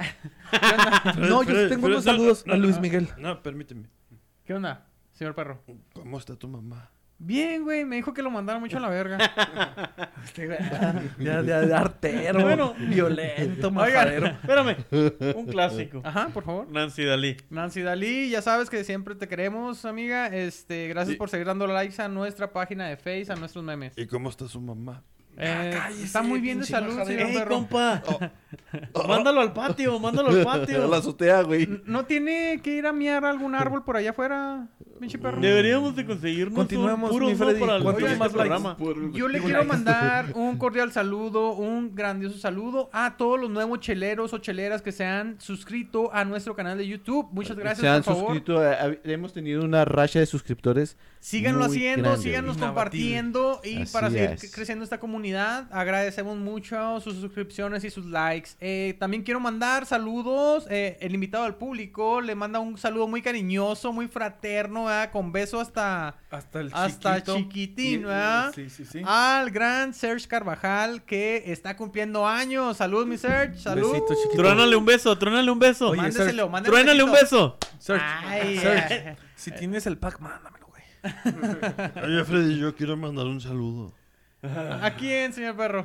No, yo tengo unos saludos a Luis Miguel. No, permíteme. ¿Qué onda, señor perro? ¿Cómo está tu mamá? Bien, güey, me dijo que lo mandara mucho a la verga. Este güey, ya, ya, ya, artero, Bueno. violento, Oigan. majadero. Espérame, un clásico. Ajá, por favor. Nancy Dalí. Nancy Dalí, ya sabes que siempre te queremos, amiga. Este, gracias Sí. por seguir dando likes a nuestra página de Face, a nuestros memes. ¿Y cómo está su mamá? Eh, cállese, está muy bien de pinche salud, majadero. señor ¡Ey, perro. compa! Mándalo al patio, mándalo al patio. La azotea, güey. N- ¿No tiene que ir a miar a algún árbol por allá afuera, pinche perro? Deberíamos de conseguirnos Continuemos, un puros mi no Freddy. para el ¿Cuántos siguiente más likes? programa. Yo le quiero mandar un cordial saludo, un grandioso saludo a todos los nuevos cheleros o cheleras que se han suscrito a nuestro canal de YouTube. Muchas gracias, Se han por favor. suscrito. a- a- hemos tenido una racha de suscriptores. Síganlo muy haciendo, grande, síganos güey. compartiendo y Así para seguir es. creciendo esta comunidad, agradecemos mucho sus suscripciones y sus likes. Eh, también quiero mandar saludos, eh, el invitado al público le manda un saludo muy cariñoso, muy fraterno, ¿verdad? Con beso hasta, Hasta el hasta chiquito. chiquitín, Y- ¿verdad? Sí, sí, sí. Al gran Serge Carvajal que está cumpliendo años. Salud, mi Serge, salud. Besito, chiquito. Trónale un beso, trónale un beso. Oye, Mándeselo, mándeselo. Trónale un beso. Serge, Ay, Serge, si tienes el pack, mándamelo, güey. Oye, Freddy, yo quiero mandar un saludo. ¿A quién, señor perro?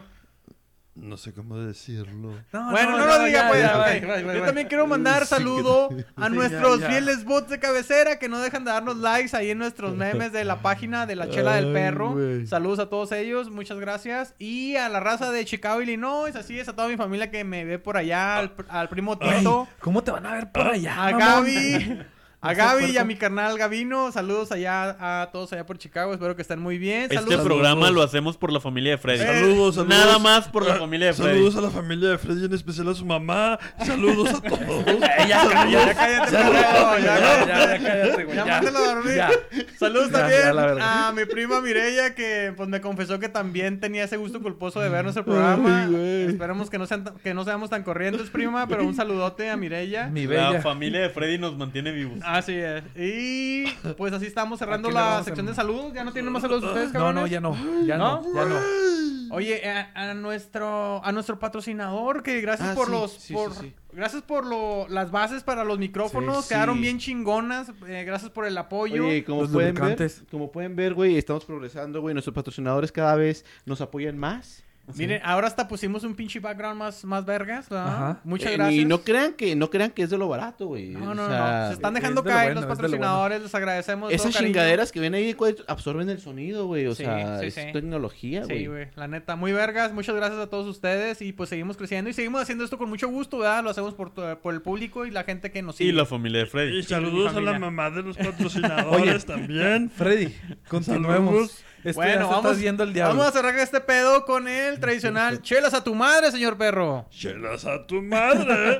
No sé cómo decirlo. Bueno, no, lo diga, ya, pues. ya, ok. bye, bye, bye, Yo bye. también quiero mandar saludo a Sí, nuestros ya, ya. fieles bots de cabecera que no dejan de darnos likes ahí en nuestros memes de la página de la Chela del Ay, Perro. güey. Saludos a todos ellos, muchas gracias. Y a la raza de Chicago, Illinois, así es, a toda mi familia que me ve por allá, al, pr- al primo Tito, ¿Cómo te van a ver por allá, a mamón? Gaby. A No seas Gaby y a puerco. mi carnal Gavino, saludos allá a todos allá por Chicago, espero que estén muy bien. Este Saludos. programa lo hacemos por la familia de Freddy. Eh, Saludos, saludos. Nada más por la Ah, familia de Freddy. Saludos a la familia de Freddy, en especial a su mamá. Saludos a todos. Ya, ya, ya cállate, perro, ya, Ya, ya, ya, cállate, güey. Ya ya. mándalo a dormir. Ya. Saludos Ya, también ya, la verga. a mi prima Mireya que pues me confesó que también tenía ese gusto culposo de ver nuestro programa. Ay, güey. Esperemos que no, sean, tan- que no seamos tan corrientes, prima, pero un saludote a Mireya. Mi La bella. familia de Freddy nos mantiene vivos. Así es. Y pues así estamos cerrando Aquí le la vamos a- sección de saludos. ¿Ya no tienen más saludos ustedes, No, cabrones? no, ya no. Ya ¿No? no, ya no. Oye, a, a nuestro a nuestro patrocinador que gracias Ah, por sí, los sí, por sí, sí. gracias por lo, las bases para los micrófonos, Sí, quedaron sí. bien chingonas. Eh, gracias por el apoyo. Oye, como Los pueden ver, lubricantes. como pueden ver, güey, estamos progresando, güey. Nuestros patrocinadores cada vez nos apoyan más. Miren, ahora hasta pusimos un pinche background más, más vergas, ¿verdad? Ajá. Muchas Eh, gracias. Y no crean que no crean que es de lo barato, güey. No, O no, sea, no. Se están es dejando de lo caer bueno, los es de lo patrocinadores, les agradecemos. de todo Esas cariño. chingaderas que ven ahí, güey, absorben el sonido, güey. O Sí, sea, sí, es sí. tecnología, güey. Sí, güey, la neta, muy vergas. Muchas gracias a todos ustedes y pues seguimos creciendo y seguimos haciendo esto con mucho gusto, ¿verdad? Lo hacemos por, to- por el público y la gente que nos sigue. Y la familia de Freddy. Y saludos a familia. la mamá de los patrocinadores también. Freddy, continuemos. Saludos. Este Bueno, ya se vamos, está yendo el diablo. vamos a cerrar este pedo con el tradicional chelas a tu madre, señor perro. Chelas a tu madre.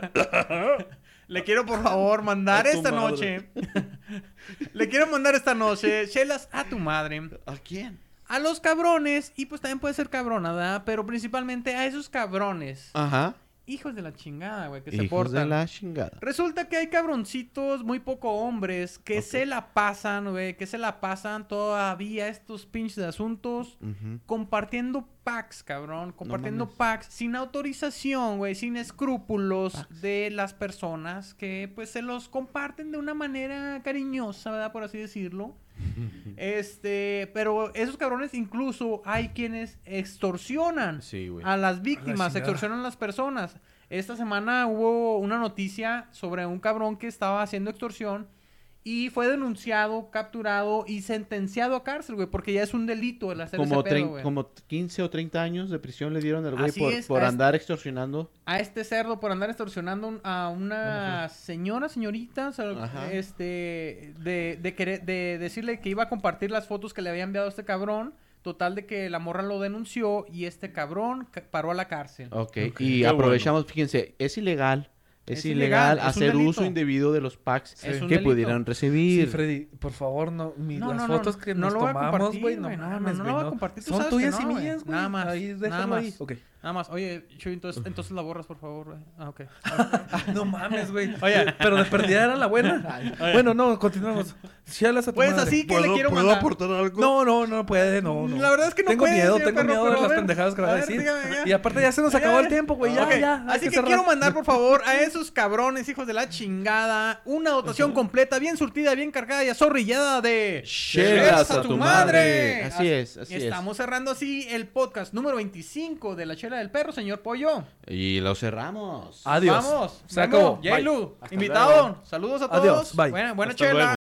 Le quiero por favor mandar A tu esta madre. noche. Le quiero mandar esta noche chelas a tu madre. ¿A quién? A los cabrones, y pues también puede ser cabrona, ¿verdad? Pero principalmente a esos cabrones Ajá. hijos de la chingada, güey, que se Hijos portan. de la chingada. Resulta que hay cabroncitos muy poco hombres que Ok. se la pasan, güey, que se la pasan todavía estos pinches de asuntos Ujú. compartiendo packs, cabrón, compartiendo mames. packs sin autorización, güey, sin escrúpulos de las personas que pues se los comparten de una manera cariñosa, ¿verdad? Por así decirlo. Este, pero esos cabrones incluso hay quienes extorsionan Sí, güey. a las víctimas, chingada. extorsionan a las personas. Esta semana hubo una noticia sobre un cabrón que estaba haciendo extorsión y fue denunciado, capturado y sentenciado a cárcel, güey, porque ya es un delito el hacer Como, ese pedo, trein- güey. como quince o treinta años de prisión le dieron al güey Así por, es, por a andar extorsionando. A este cerdo por andar extorsionando un- a una señora, señorita, o sea, Ajá. este, de, de, querer- de decirle que iba a compartir las fotos que le había enviado este cabrón. Total de que la morra lo denunció y este cabrón ca- paró a la cárcel. Ok, Ok, y qué aprovechamos, fíjense, es ilegal. Es, Es ilegal, ilegal, es un hacer delito. uso indebido de los packs Es un que delito. pudieran Sí, recibir. Freddy, por favor, no, mi- No, las no, no, fotos que no nos lo voy a tomamos, compartir, güey, no güey, no, no, mames, no lo güey, voy a no. compartir, tú Son sabes que tuyas no, y güey. mías, güey. Nada más, Ahí, nada déjalo ahí. más. Ok. Nada más. Oye, Chuy, entonces, entonces la borras, por favor, güey. Ah, ok. No mames, güey. Oye, pero de perdida era la buena. Bueno, no, continuamos. Chelas a tu Pues madre. así que le ¿Puedo, quiero ¿puedo mandar. aportar algo? No, no, no puede, no, no. La verdad es que no Tengo puede, miedo, señor tengo perro, miedo pero de a las ver, pendejadas que va a a ver, decir. dígame, ya. Y aparte ya se nos Ya, acabó ya. el tiempo, güey. Ya, Ok, ya. hay Así que, cerrar. quiero mandar, por favor, a esos cabrones, hijos de la chingada, una dotación completa, bien surtida, bien cargada y azorrillada de... Chelas a tu madre. Así es, así es. Estamos cerrando así el podcast número veinticinco de La Chela del Perro, señor Pollo. Y lo cerramos. Adiós. Vamos. Se Memo, acabó. Bye. Yailu, Hasta invitado. luego. Saludos a todos. Adiós. Bye. Buena, buena Hasta chela. luego.